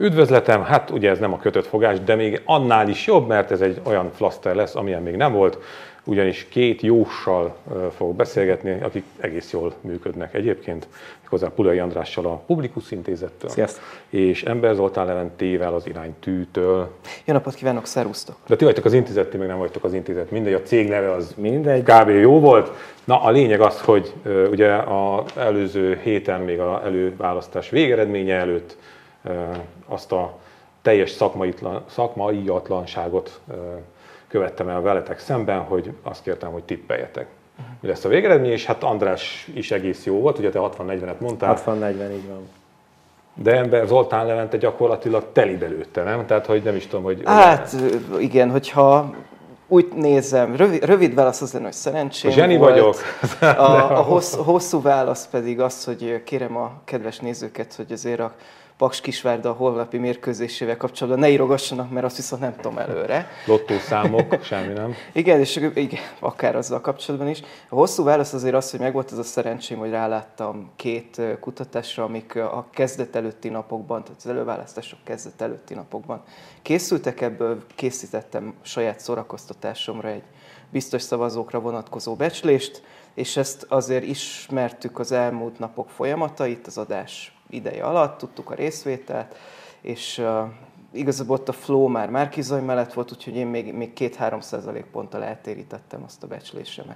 Üdvözletem, hát ugye ez nem a kötött fogás, de még annál is jobb, mert ez egy olyan flaszter lesz, amilyen még nem volt, ugyanis két jóssal fogok beszélgetni, akik egész jól működnek egyébként, méghozzá Pulai Andrással a Publikus Intézettől. Sziasztok. És Ember Zoltán Leventével az Iránytűtől. Jó napot kívánok, szervusztok! De ti vagytok az intézet, ti meg nem vagytok az intézet. Mindegy, a cég neve az mindegy. Kb. Jó volt. Na, a lényeg az, hogy ugye az előző héten még az előválasztás végeredménye előtt azt a teljes szakmaiatlanságot követtem el veletek szemben, hogy azt kértem, hogy tippeljetek. Mi lesz a végeredmény, és hát András is egész jó volt, ugye te 60-40-et mondtál. 60-40, így van. De Ember Zoltán Levente gyakorlatilag telibe lőtte, nem? Tehát, hogy nem is tudom, hogy... Hát igen, hogyha úgy nézem, rövid válasz az lenne, hogy szerencsém Zseni volt. vagyok. A hosszú válasz pedig az, hogy kérem a kedves nézőket, hogy azért a Paks-Kisvárda holnapi mérkőzésével kapcsolatban ne írogassanak, mert azt viszont nem tudom előre. Lottószámok, semmi nem. Igen, és igen, akár azzal kapcsolatban is. A hosszú válasz azért az, hogy megvolt az a szerencsém, hogy ráláttam két kutatásra, amik a kezdet előtti napokban, tehát az előválasztások kezdet előtti napokban készültek. Ebből készítettem saját szórakoztatásomra egy biztos szavazókra vonatkozó becslést, és ezt azért ismertük az elmúlt napok folyamatait, az adás ideje alatt, tudtuk a részvételt, és igazából ott a flow már Márki-Zay mellett volt, úgyhogy én még 2-3% ponttal eltérítettem azt a becslésemet.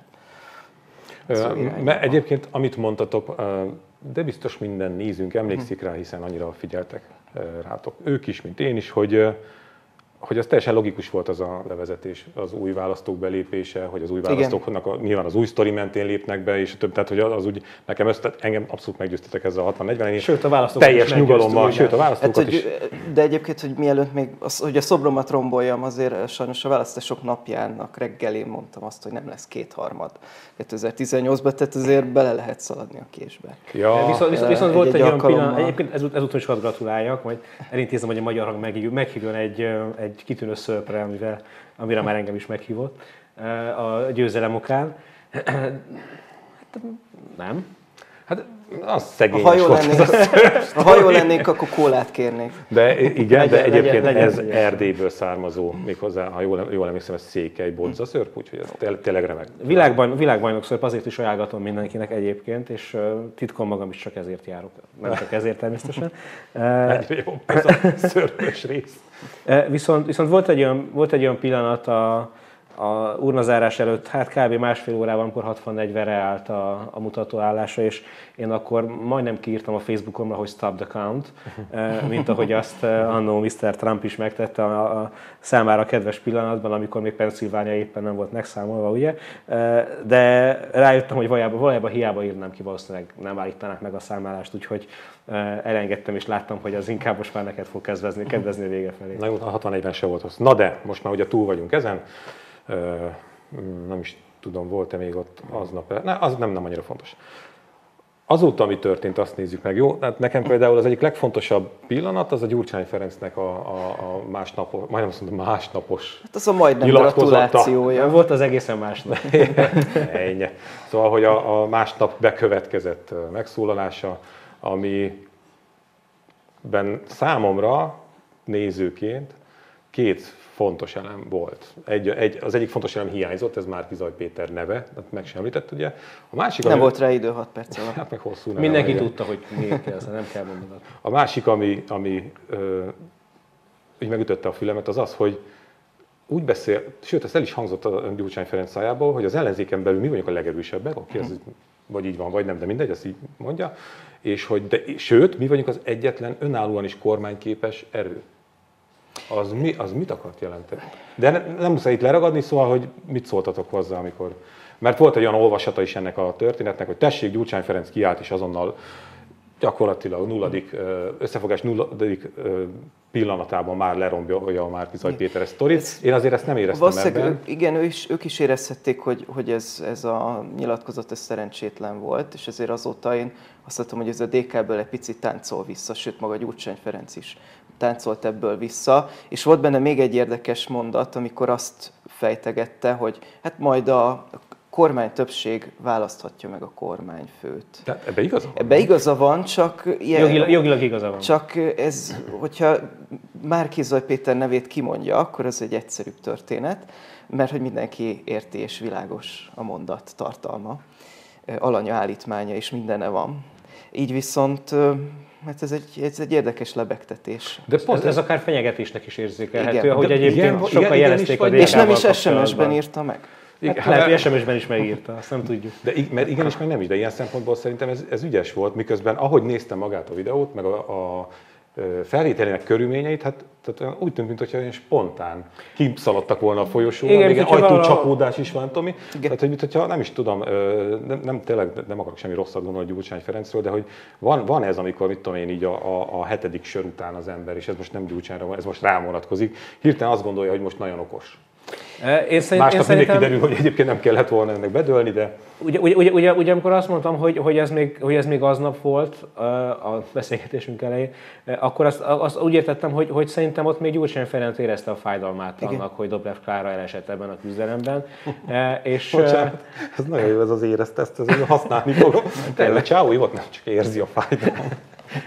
Egyébként, amit mondtatok, de biztos minden nézünk emlékszik rá, hiszen annyira figyeltek rátok. Ők is, mint én is, hogy az teljesen logikus volt az a levezetés, az új választók belépése, hogy az új választóknak nyilván az új sztori mentén lépnek be, és több, tehát hogy az úgy, nekem engem abszolút meggyőztetek ezzel a 60-40-en. Sőt, a választókat teljes nyugalommal, sőt a választókat hát, is. De egyébként, hogy mielőtt még hogy a szobromat romboljam, azért sajnos a választások napjának reggelén mondtam azt, hogy nem lesz 2/3 2018-ban, tehát azért bele lehet szaladni a késbe. Ja. Viszont volt egy olyan pillanat, egyébként ezúton is hadd gratuláljak, majd elintézem, hogy a Magyar Hang meghívjon egy kitűnő szörpre, amire már engem is meghívott a győzelem okán. Nem? Hát az szegényes volt. Ha jól lennénk, akkor kólát kérnék. De igen, de egyébként ez Erdélyből származó, méghozzá, ha jól emlékszem, ez székely bodzaszörp, úgyhogy ez tényleg remek. Világbajnok szörp, azért is ajánlgatom mindenkinek egyébként, és titkon magam is csak ezért járok. Nem csak ezért természetesen. Egyre jobb ez a szörpös rész. Viszont volt egy olyan pillanat a urnazárás előtt, hát kb. Másfél órában, amikor 60-40-re állt a mutatóállása, és én akkor majdnem kiírtam a Facebookomra, hogy stop the count, mint ahogy azt annó Mr. Trump is megtette a számára kedves pillanatban, amikor még Pennsylvania éppen nem volt megszámolva, ugye? De rájöttem, hogy valójában hiába írnám ki, valószínűleg nem meg a számlálást, úgyhogy elengedtem, és láttam, hogy az inkább most már neked fog kedvezni a vége felé. Na jó, a 60-40 se volt rossz. Na de, most már ugye túl vagyunk ezen. Nem is tudom, volt-e még ott aznap. Az nem annyira fontos. Azóta, ami történt, azt nézzük meg, jó? Hát nekem például az egyik legfontosabb pillanat, az a Gyurcsány Ferencnek a másnapos, majdnem azt mondom, másnapos hát az a majdnem gratulációja. Volt az egészen másnap. Ennyi. Szóval, hogy a másnap bekövetkezett megszólalása, amiben számomra nézőként két fontos elem volt. Az egyik fontos elem hiányzott, ez Márki-Zay Péter neve, meg sem említett, ugye. A másik, nem volt rá idő 6 perc alatt. Hát meg hosszú neve. Mindenki tudta, hogy miért kell, nem kell mondanod. A másik, ami így megütötte a fülemet, az az, hogy úgy beszél, sőt, ez el is hangzott a Gyurcsány Ferenc szájából, hogy az ellenzéken belül mi vagyunk a legerősebbek, aki ez vagy így van, vagy nem, de mindegy, ezt így mondja, és sőt, mi vagyunk az egyetlen önállóan is kormányképes erő. Az mit akart jelenteni? De nem muszáj itt leragadni, szóval, hogy mit szóltatok hozzá, amikor... Mert volt egy olyan olvasata is ennek a történetnek, hogy tessék, Gyurcsány Ferenc kiállt, és azonnal gyakorlatilag összefogás nulladik pillanatában már lerombolja a Márki-Zay Péter sztorit. Én azért ezt nem éreztem ebben. Igen, ők is érezhették, hogy ez a nyilatkozat ez szerencsétlen volt, és ezért azóta én azt látom, hogy ez a DK-ből egy picit táncol vissza, sőt maga Gyurcsány Ferenc is táncolt ebből vissza, és volt benne még egy érdekes mondat, amikor azt fejtegette, hogy hát majd a kormány többség választhatja meg a kormányfőt. De ebbe igaza van? Ebbe igaza van, csak... Jogilag igaza van. Csak ez, hogyha Márki-Zay Péter nevét kimondja, akkor ez egy egyszerűbb történet, mert hogy mindenki érti és világos a mondat tartalma. Alanya állítmánya és mindene van. Így viszont hát ez egy érdekes lebegtetés. De pont ez akár fenyegetésnek is érzékelhető, hogy egyébként sokan jelezték a és nem is SMS-ben írta meg. Hát lehet, hogy SMS-ben is megírta, azt nem tudjuk. Mert igenis, meg nem is, de ilyen szempontból szerintem ez ügyes volt, miközben ahogy néztem magát a videót, meg a felvételének körülményeit, hát tehát úgy tűnt, mintha ilyen spontán kiszaladtak volna a folyosón, még ajtócsapódás is van, Tomi. Tehát, hogy mintha nem is tudom, tényleg nem akarok semmi rosszat gondolni Gyurcsány Ferencről, de hogy van ez, amikor, mit tudom én, így a 7. sör után az ember, és ez most nem Gyurcsányra van, ez most rám vonatkozik, hirtelen azt gondolja, hogy most nagyon okos. Másnap mindig kiderül, hogy egyébként nem kellett volna ennek bedőlni, de... Ugye amikor azt mondtam, hogy ez még aznap volt a beszélgetésünk elején, akkor azt úgy értettem, hogy szerintem ott még Gyurcsány Ferenc érezte a fájdalmát annak, hogy Dobrev Klára elesett ebben a küzdelemben. Bocsánat, ez nagyon jó ez az érezte, ezt használni fogom. Tényleg Csáó Ivott nem csak érzi a fájdalmat.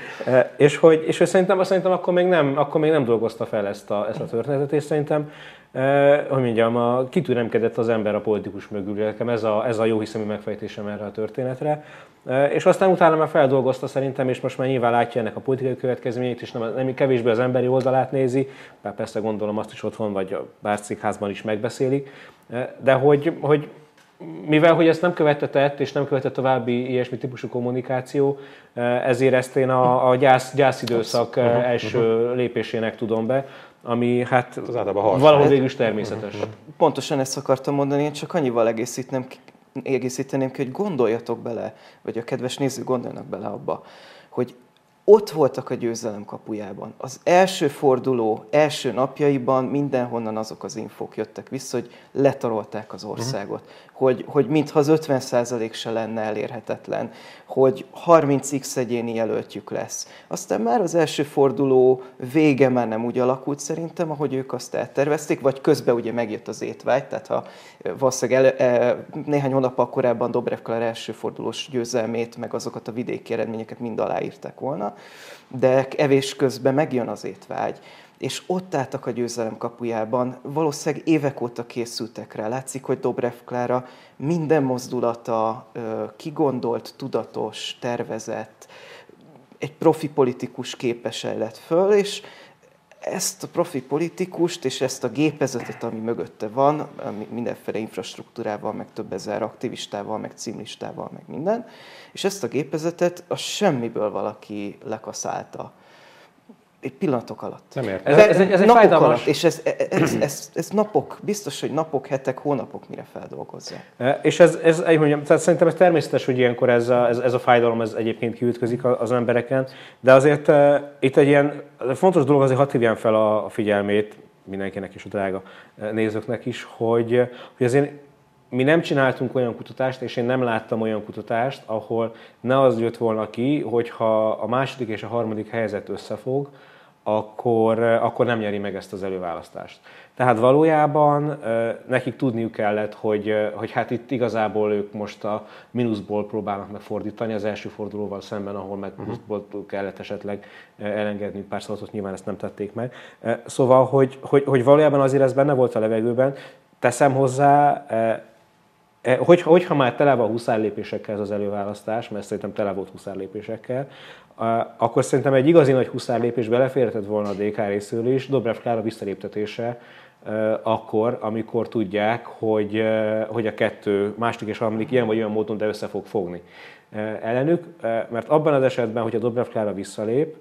És hogy szerintem akkor még nem dolgozta fel ezt a történetet, és szerintem, hogy mondjam, kitűremkedett az ember a politikus mögül. Nekem ez a jó hiszemű megfejtésem erre a történetre. És aztán utána már feldolgozta szerintem, és most már nyilván látja ennek a politikai következményeit, és nem kevésbé az emberi oldalát nézi, bár persze gondolom azt is otthon, vagy a bárcikházban is megbeszélik, de hogy mivel hogy ezt nem követett, és nem követett további ilyesmi típusú kommunikáció, ezért ezt én a gyászidőszak első lépésének tudom be, ami hát valahol végül is természetes. Pontosan ezt akartam mondani, én csak annyival egészíteném ki, hogy gondoljatok bele, vagy a kedves nézők gondoljanak bele abba, hogy ott voltak a győzelem kapujában. Az első forduló első napjaiban mindenhonnan azok az infók jöttek vissza, hogy letarolták az országot, hogy mintha az 50% se lenne elérhetetlen, hogy 30x egyéni jelöltjük lesz. Aztán már az első forduló vége már nem úgy alakult szerintem, ahogy ők azt eltervezték, vagy közben ugye megjött az étvágy, tehát ha valószínűleg néhány hónappal korábban Dobrev Klára első fordulós győzelmét, meg azokat a vidéki eredményeket mind aláírták volna, de evés közben megjön az étvágy, és ott álltak a győzelem kapujában, valószínűleg évek óta készültek rá. Látszik, hogy Dobrev Klára minden mozdulata kigondolt, tudatos, tervezett, egy profi politikus képes lett föl, és ezt a profi politikust és ezt a gépezetet, ami mögötte van, mindenféle infrastruktúrával, meg több ezer aktivistával, meg címlistával, meg minden, és ezt a gépezetet a semmiből valaki lekaszálta. Egy pillanatok alatt. Nem értem. Ez egy fájdalmas... alatt, és ez napok, biztos, hogy napok, hetek, hónapok mire feldolgozzák. És tehát szerintem ez természetes, hogy ilyenkor ez a fájdalom ez egyébként kiütközik az embereken, de azért itt egy ilyen fontos dolog, azért hadd hívjam fel a figyelmét mindenkinek és a drága nézőknek is, hogy azért mi nem csináltunk olyan kutatást, és én nem láttam olyan kutatást, ahol ne az jött volna ki, hogyha a második és a harmadik helyzet összefog, akkor nem nyeri meg ezt az előválasztást. Tehát valójában nekik tudniuk kellett, hogy hát itt igazából ők most a mínuszból próbálnak megfordítani az első fordulóval szemben, ahol meg pluszból kellett esetleg elengedni pár szavazatot, nyilván ezt nem tették meg. Szóval, hogy valójában azért ez benne volt a levegőben, teszem hozzá, hogyha már tele van huszárlépésekkel ez az előválasztás, mert szerintem tele volt huszárlépésekkel, akkor szerintem egy igazi nagy huszárlépés beleférhetett volna a DK részéről is, Dobrev Klára visszaléptetése akkor, amikor tudják, hogy a kettő, második és harmadik ilyen vagy olyan módon, de össze fog fogni ellenük, mert abban az esetben, hogy a Dobrev Klára visszalép,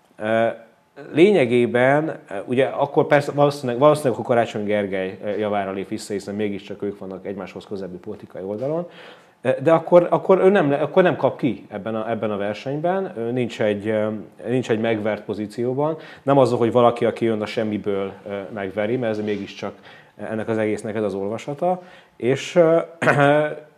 lényegében, ugye akkor persze valószínűleg a Karácsony Gergely javára lép vissza, hiszen mégiscsak ők vannak egymáshoz közelebbi politikai oldalon, de akkor ő nem kap ki ebben a versenyben, ő nincs egy megvert pozícióban, nem az, hogy valaki, aki jön a semmiből megveri, mert ez mégiscsak ennek az egésznek ez az olvasata, és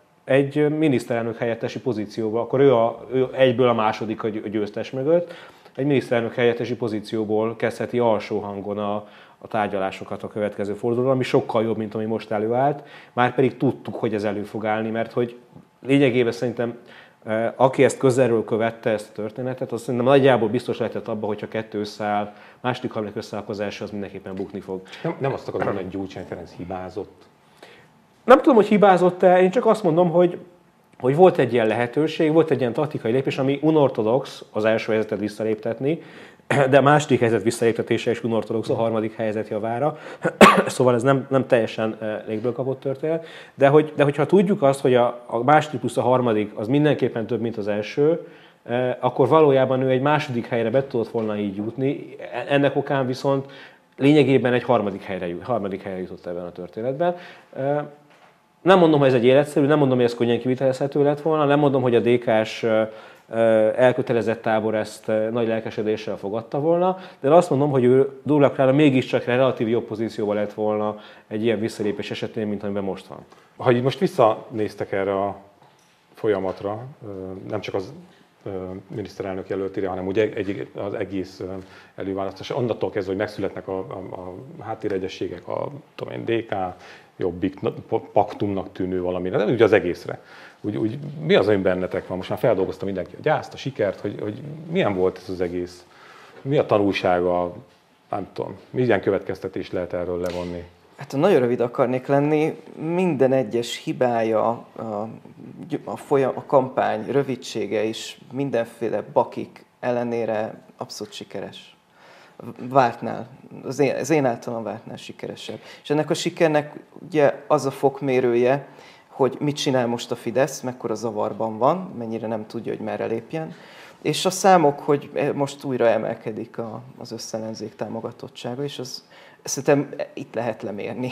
egy miniszterelnök helyettesi pozícióban, akkor ő egyből a második a győztes mögött, egy miniszterelnök helyettesi pozícióból kezdheti alsó hangon a tárgyalásokat a következő fordulóra, ami sokkal jobb, mint ami most előállt. Márpedig tudtuk, hogy ez elő fog állni, mert hogy lényegében szerintem aki ezt közelről követte, ezt a történetet, az szerintem nagyjából biztos lehetett abban, hogyha kettő összeáll, második, harmadik összeáll, az első, az mindenképpen bukni fog. Nem azt akarom mondani, hogy Gyurcsány Ferenc hibázott. Nem tudom, hogy hibázott-e, én csak azt mondom, hogy volt egy ilyen lehetőség, volt egy ilyen taktikai lépés, ami unortodox az első helyzetet visszaléptetni, de a második helyzet visszaléptetése is unortodox a harmadik helyzet javára. Szóval ez nem teljesen légből kapott történet. De hogyha tudjuk azt, hogy a második plusz a harmadik az mindenképpen több, mint az első, akkor valójában ő egy második helyre be tudott volna így jutni. Ennek okán viszont lényegében egy harmadik helyre jutott ebben a történetben. Nem mondom, hogy ez egy életszerű, nem mondom, hogy ez könnyen kivitelezhető lett volna, nem mondom, hogy a DK-s elkötelezett tábor ezt nagy lelkesedéssel fogadta volna, de azt mondom, hogy ő Dóbler mégiscsak relatív jobb pozícióban lett volna egy ilyen visszalépés esetén, mint amiben most van. Ha így most visszanéztek erre a folyamatra, nem csak az miniszterelnök jelöltére, hanem ugye az egész előválasztás, onnantól kezdve, hogy megszületnek a háttéregyességek, a DK, Jobbik, paktumnak tűnő valamire, de ugye az egészre. Úgy, mi az, ami bennetek van? Most már feldolgozta mindenki a gyászt, a sikert, hogy milyen volt ez az egész? Mi a tanulsága? Nem tudom, milyen következtetést lehet erről levonni? Hát ha nagyon rövid akarnék lenni, minden egyes hibája, a kampány rövidsége és mindenféle bakik ellenére abszolút sikeres. Vártnál, az én általam vártnál sikeresebb. És ennek a sikernek ugye az a fokmérője, hogy mit csinál most a Fidesz, mekkora zavarban van, mennyire nem tudja, hogy merre lépjen. És a számok, hogy most újra emelkedik az összellenzék támogatottsága, és szerintem itt lehet lemérni.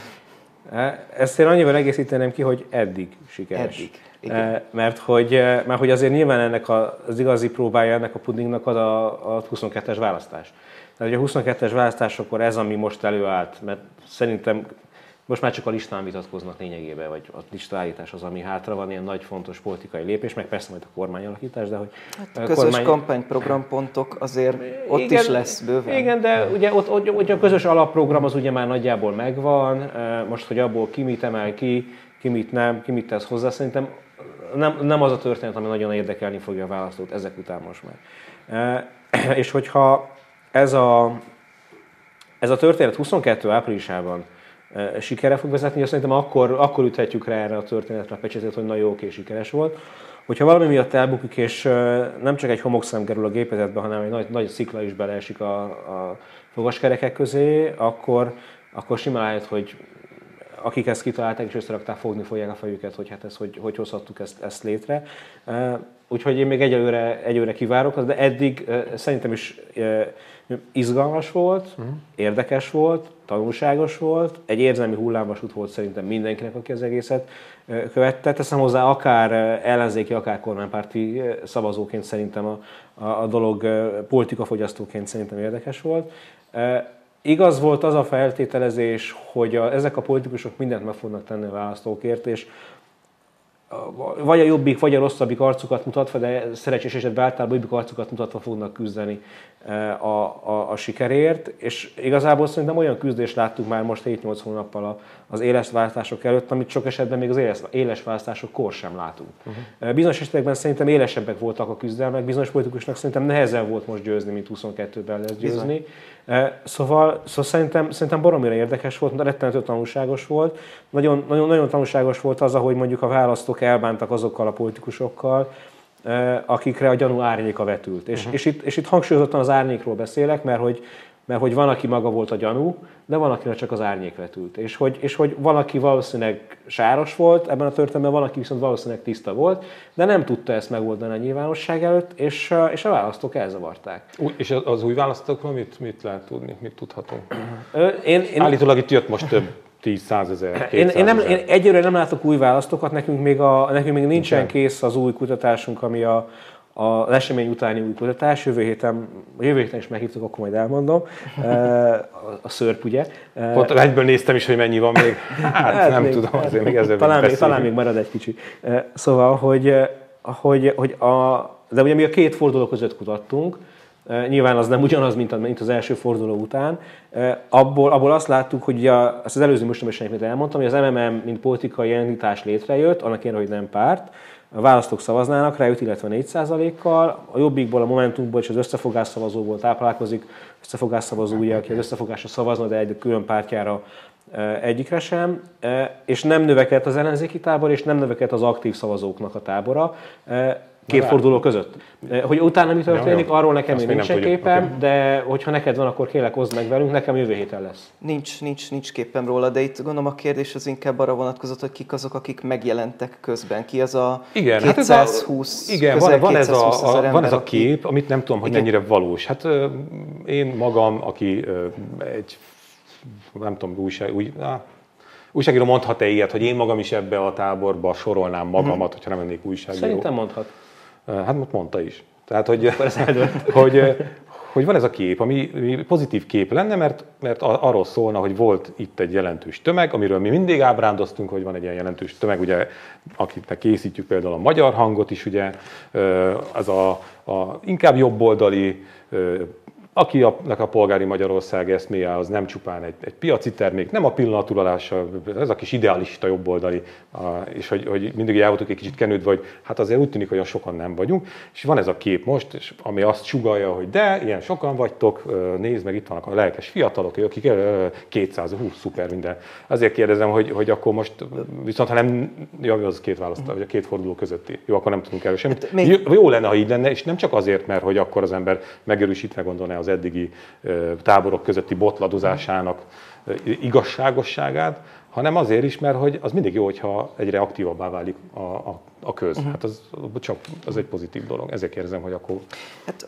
Ezt én annyiban egészíteném ki, hogy eddig sikeres. Eddig. Mert hogy azért nyilván ennek az igazi próbája ennek a pudingnak az a 22-es választás. Tehát ugye a 22-es választásokor ez, ami most előállt, mert szerintem most már csak a listán vitatkoznak lényegében, vagy a listaállítás az, ami hátra van, ilyen nagy fontos politikai lépés, meg persze majd a kormányalakítás, de hogy... Hát a közös kampányprogrampontok azért ott igen, is lesz bőven. Igen, de ugye ott a közös alapprogram az ugye már nagyjából megvan, most, hogy abból ki mit emel ki mit nem, ki mit tesz hozzá, szerintem nem az a történet, ami nagyon érdekelni fogja a választót ezek után most már. És hogyha ez a történet 22 áprilisában sikerre fog vezetni, azt szerintem akkor üthetjük rá erre a történetre a pecsétet, hogy na jó, oké, sikeres volt. Hogyha valami miatt elbukik, és nem csak egy homokszem kerül a gépezetbe, hanem egy nagy szikla is beleesik a fogaskerekek közé, akkor simán lehet, hogy akik ezt kitalálták és összerakták, fogni fogják a fejüket, hogy hát hogy hozhattuk ezt létre. Úgyhogy én még egyelőre kivárok, de eddig szerintem is izgalmas volt, érdekes volt, tanulságos volt, egy érzelmi hullámvasút volt szerintem mindenkinek, aki az egészet követte. Teszem hozzá, akár ellenzéki, akár kormánypárti szavazóként szerintem a dolog politikafogyasztóként szerintem érdekes volt. Igaz volt az a feltételezés, hogy ezek a politikusok mindent meg fognak tenni a választókért, és vagy a jobbik, vagy a rosszabbik arcukat mutatva, de szerencsés esetben általában jobbik arcukat mutatva fognak küzdeni a sikerért. És igazából szerintem olyan küzdést láttuk már most 7-8 hónappal az éles választások előtt, amit sok esetben még az éles választásokkor sem látunk. Bizonyos esetekben szerintem élesebbek voltak a küzdelmek, bizonyos politikusnak szerintem nehezebb volt most győzni, mint 22-ben lesz győzni. Szóval szerintem baromira érdekes volt, rettenető tanulságos volt. Nagyon tanulságos volt az, ahogy mondjuk a választók elbántak azokkal a politikusokkal, akikre a gyanú árnyéka vetült. És itt hangsúlyozottan az árnyékról beszélek, mert hogy van, aki maga volt a gyanú, de van, akinek csak az árnyék vetült. És hogy van, aki valószínűleg sáros volt ebben a történetben, van, aki viszont valószínűleg tiszta volt, de nem tudta ezt megoldani a nyilvánosság előtt, és a választók elzavarták. És az új választókról mit lehet tudni, mit tudhatunk? Állítólag itt jött most több 10-100 ezer, én egyelőre nem látok új választókat, nekünk még nincsen kész az új kutatásunk, ami az esemény utáni új kutatás. Jövő héten is meghívtuk, akkor majd elmondom. A szörp, ugye? Pont egyből néztem is, hogy mennyi van még. Hát nem tudom, azért még ezzel talán még marad egy kicsi. Szóval, de ugye mi a két forduló között kutattunk, Nyilván az nem ugyanaz, mint az első forduló után. Abból azt láttuk, hogy ezt az előző mostában is elmondtam, hogy az MMM mint politikai entitás létrejött, annak ellenére, hogy nem párt, a választók szavaznának rá 5, illetve 4%-kal, a Jobbikból, a Momentumból és az összefogás szavazóból táplálkozik, összefogás szavazó ugye, aki az összefogásra szavazna, de egy külön pártjára egyikre sem, és nem növekedett az ellenzéki tábor, és nem növekedett az aktív szavazóknak a tábora két forduló között. Hogy utána mi történik, arról nekem még nincsen képem, okay. De hogyha neked van, akkor kérlek, oszd meg velünk, nekem jövő héten lesz. Nincs képem róla, de itt gondolom a kérdés az inkább arra vonatkozott, hogy kik azok, akik megjelentek közben. Ki az a 220 igen, van ez a kép, amit nem tudom, hogy mennyire valós. Hát én magam, aki egy nem tudom, újságíró mondhat-e ilyet, hogy én magam is ebbe a táborba sorolnám magamat, hogyha nem lennék újságíró? Szerintem mondhat. Hát most mondta is. Tehát, hogy van ez a kép, ami pozitív kép lenne, mert arról szólna, hogy volt itt egy jelentős tömeg, amiről mi mindig ábrándoztunk, hogy van egy ilyen jelentős tömeg, ugye, akiknek készítjük például a Magyar Hangot is, ugye, az a inkább jobboldali, akinek a polgári Magyarország eszméje az nem csupán egy piaci termék, nem a pillanaturalása, ez a kis idealista jobboldali, és hogy mindig el voltunk egy kicsit kenődve, hogy hát azért úgy tűnik, hogy olyan sokan nem vagyunk, és van ez a kép most, és ami azt sugallja, hogy de, ilyen sokan vagytok, nézd meg, itt vannak a lelkes fiatalok, akik 220, szuper minden. Azért kérdezem, hogy akkor most, viszont ha nem, az két forduló közötti, jó, akkor nem tudunk erről semmit. Jó lenne, ha így lenne, és nem csak azért, mert hogy akkor az ember megerősítve gondolná az eddigi táborok közötti botladozásának igazságosságát, hanem azért is, mert hogy az mindig jó, hogyha egyre aktívabbá válik a köz. Hát az egy pozitív dolog. Ezért kérdezem, hogy akkor... Hát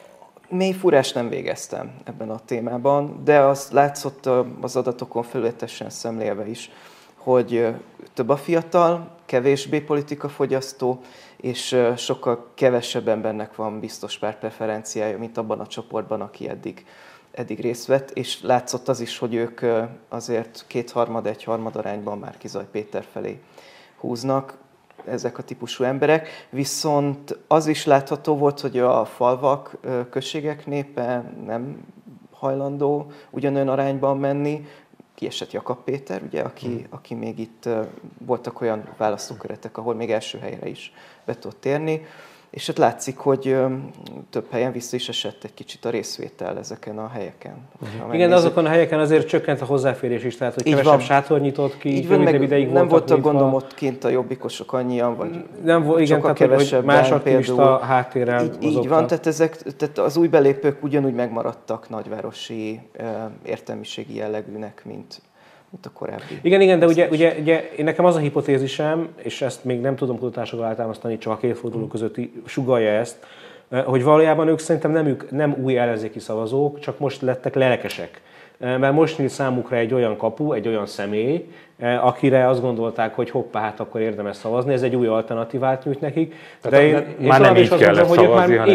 mély fúrást nem végeztem ebben a témában, de az látszott az adatokon felületesen szemlélve is, hogy több a fiatal, kevésbé politikafogyasztó, és sokkal kevesebb embernek van biztos pártpreferenciája, mint abban a csoportban, aki eddig részt vett, és látszott az is, hogy ők azért 2/3-1/3 arányban már Kizaj Péter felé húznak, ezek a típusú emberek, viszont az is látható volt, hogy a falvak, községek népe nem hajlandó ugyanolyan arányban menni. Kiesett Jakab Péter, ugye, aki még itt voltak olyan választókeretek, ahol még első helyre is be tudott térni, és hát látszik, hogy több helyen vissza is esett egy kicsit a részvétel ezeken a helyeken. Igen, de azokon a helyeken azért csökkent a hozzáférés is, tehát hogy kevesebb sátor nyitott ki, rövidebb ideig nem voltak gondolom ott kint a jobbikosok annyian, vagy sokkal kevesebb, más aktivista háttérrel mozogtak. Így van, tehát az új belépők ugyanúgy megmaradtak nagyvárosi értelmiségi jellegűnek, mint a korábbi. Igen, de ugye nekem az a hipotézisem, és ezt még nem tudom kutatásokra alátámasztani, csak a két forduló közötti sugalja ezt, hogy valójában ők szerintem nem új ellenzéki szavazók, csak most lettek lelkesek. Mert most nyílt számukra egy olyan kapu, egy olyan személy, akire azt gondolták, hogy hoppá, hát akkor érdemes szavazni, ez egy új alternatívát nyújt nekik. De én már nem így kellett szavazni, hanem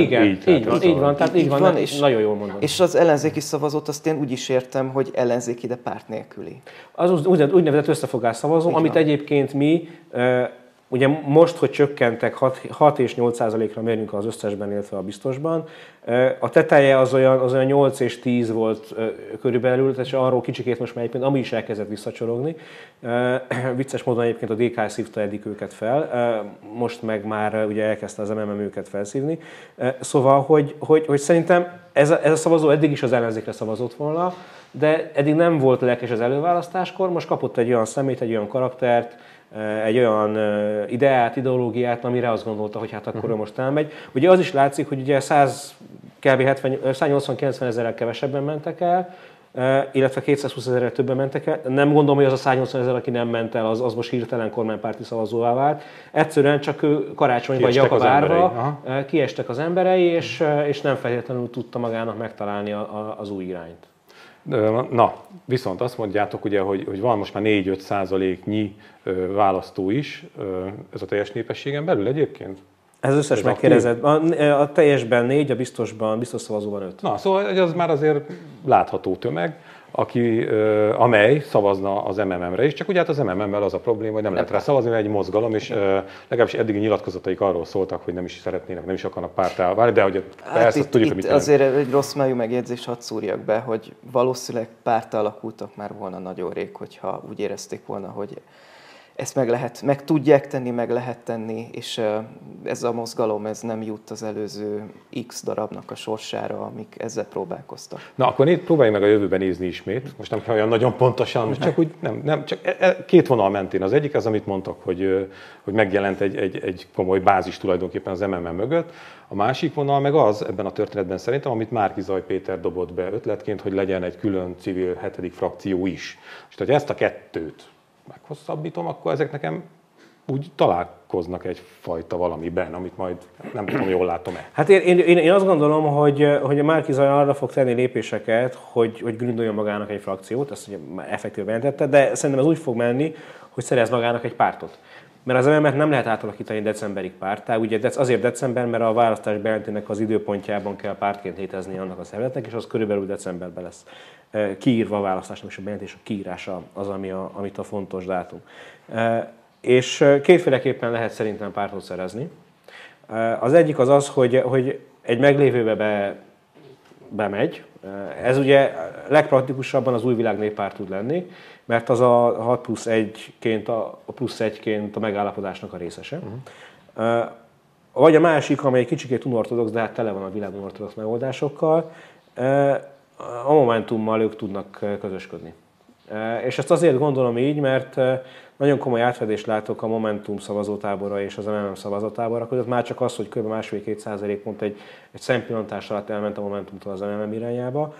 így van, és nagyon jól mondom. És az ellenzéki szavazót azt én úgy is értem, hogy ellenzéki, de párt nélküli. Az úgynevezett összefogás szavazó, amit egyébként mi, ugye most, hogy csökkentek 6 és 8%-ra mérjünk az összesben, illetve a biztosban, a teteje az olyan 8 és 10 volt körülbelül, és arról kicsikét most már egyébként, ami is elkezdett visszacsorogni. Vicces módon egyébként a DK szívta eddig őket fel, most meg már ugye elkezdte az MMM őket felszívni. Szóval, hogy szerintem ez a szavazó eddig is az ellenzékre szavazott volna, de eddig nem volt lelkes az előválasztáskor, most kapott egy olyan személyt, egy olyan karaktert, egy olyan ideát, ideológiát, amire azt gondolta, hogy hát akkor ő most elmegy. Ugye az is látszik, hogy ugye 180-90 ezerrel kevesebben mentek el, illetve 220 ezerrel többen mentek el. Nem gondolom, hogy az a 180 ezer, aki nem ment el, az most hirtelen kormánypárti szavazóvá vált. Egyszerűen csak ő karácsonyba vagy Jakab várva kiestek az emberei, és nem feltétlenül tudta magának megtalálni az új irányt. Na, viszont azt mondjátok, ugye, hogy van most már 4-5%-nyi választó is, ez a teljes népességen belül egyébként? Ez összes megkérdezett. A teljesben 4, a biztos szavazóban 5. Na, szóval az már azért látható tömeg. amely szavazna az MMM-re is, csak ugye hát az MMM-mel az a probléma, hogy nem lehet rá szavazni, mert egy mozgalom, és legalábbis eddigi nyilatkozataik arról szóltak, hogy nem is szeretnének, nem is akarnak pártá válni, de hogy persze itt, tudjuk, hogy mit azért egy rossz májú megjegyzést hadd szúrjak be, hogy valószínűleg párttá alakultak már volna nagyon rég, hogyha úgy érezték volna, hogy ezt meg tudják tenni, meg lehet tenni, és ez a mozgalom ez nem jut az előző X darabnak a sorsára, amik ezzel próbálkoztak. Na, akkor próbáljuk meg a jövőben nézni ismét. Most nem kell olyan nagyon pontosan, most csak úgy csak két vonal mentén. Az egyik az, amit mondtak, hogy megjelent egy komoly bázis tulajdonképpen az MMM mögött. A másik vonal meg az ebben a történetben szerintem, amit Márki-Zay Péter dobott be ötletként, hogy legyen egy külön civil 7. frakció is. És tehát ezt a kettőt meghosszabbítom, akkor ezek nekem úgy találkoznak egyfajta valamiben, amit majd nem tudom, jól látom-e. Hát én azt gondolom, hogy a Márki-Zay arra fog tenni lépéseket, hogy gründoljon magának egy frakciót, ezt ugye effektíve bejelentette, de szerintem ez úgy fog menni, hogy szerez magának egy pártot. Mert az MMM-et nem lehet átalakítani decemberig párttá, ugye azért december, mert a választás bejelentének az időpontjában kell pártként létezni annak a szervezetnek, és az körülbelül decemberben lesz kiírva a választásnak, és a bejelentés, a kiírása az, amit a fontos dátum. És kétféleképpen lehet szerintem pártot szerezni. Az egyik az, hogy egy meglévőbe bemegy. Ez ugye legpraktikusabban az Új Világ Néppárt tud lenni, mert az a 6+1-ként, a +1-ként a megállapodásnak a részese. Vagy a másik, amely kicsikét unortodox, de hát tele van a világ unortodox megoldásokkal, a Momentummal ők tudnak közösködni. És ezt azért gondolom így, mert nagyon komoly átfedést látok a Momentum szavazótábora és az MMM szavazótábora között. Már csak az, hogy kb. 1,5-2% pont egy szempillantás alatt elment a Momentumtól az MMM irányába.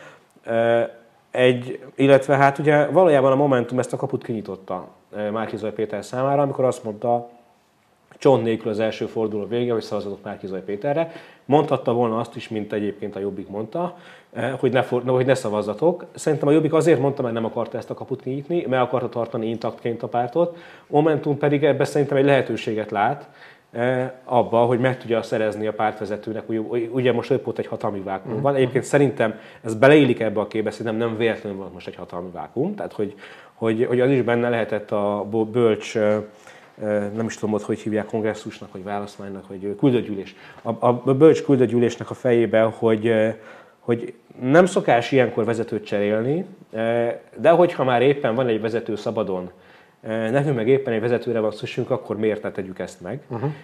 Illetve hát ugye valójában a Momentum ezt a kaput kinyitotta Márki-Zay Péter számára, amikor azt mondta, csont nélkül az első forduló vége, hogy szavazatok Márki-Zay Péterre. Mondhatta volna azt is, mint egyébként a Jobbik mondta, hogy ne szavazzatok. Szerintem a Jobbik azért mondta, mert nem akarta ezt a kaput kinyitni, meg akarta tartani intaktként a pártot. Momentum pedig ebben szerintem egy lehetőséget lát abba, hogy meg tudja szerezni a pártvezetőnek. Ugye most épp ott egy hatalmi vákuum van. Egyébként szerintem ez beleillik ebbe a képbe, szerintem nem véletlenül van most egy hatalmi vákuum. Tehát, hogy az is benne lehetett a bölcs, nem is tudom, hogy hívják, kongresszusnak, vagy választmánynak, vagy küldőgyűlés. A bölcs küldőgyűlésnek a fejében, hogy nem szokás ilyenkor vezetőt cserélni, de hogyha már éppen van egy vezető szabadon, nekünk meg éppen egy vezetőre van szükségünk, akkor miért ne tegyük ezt meg?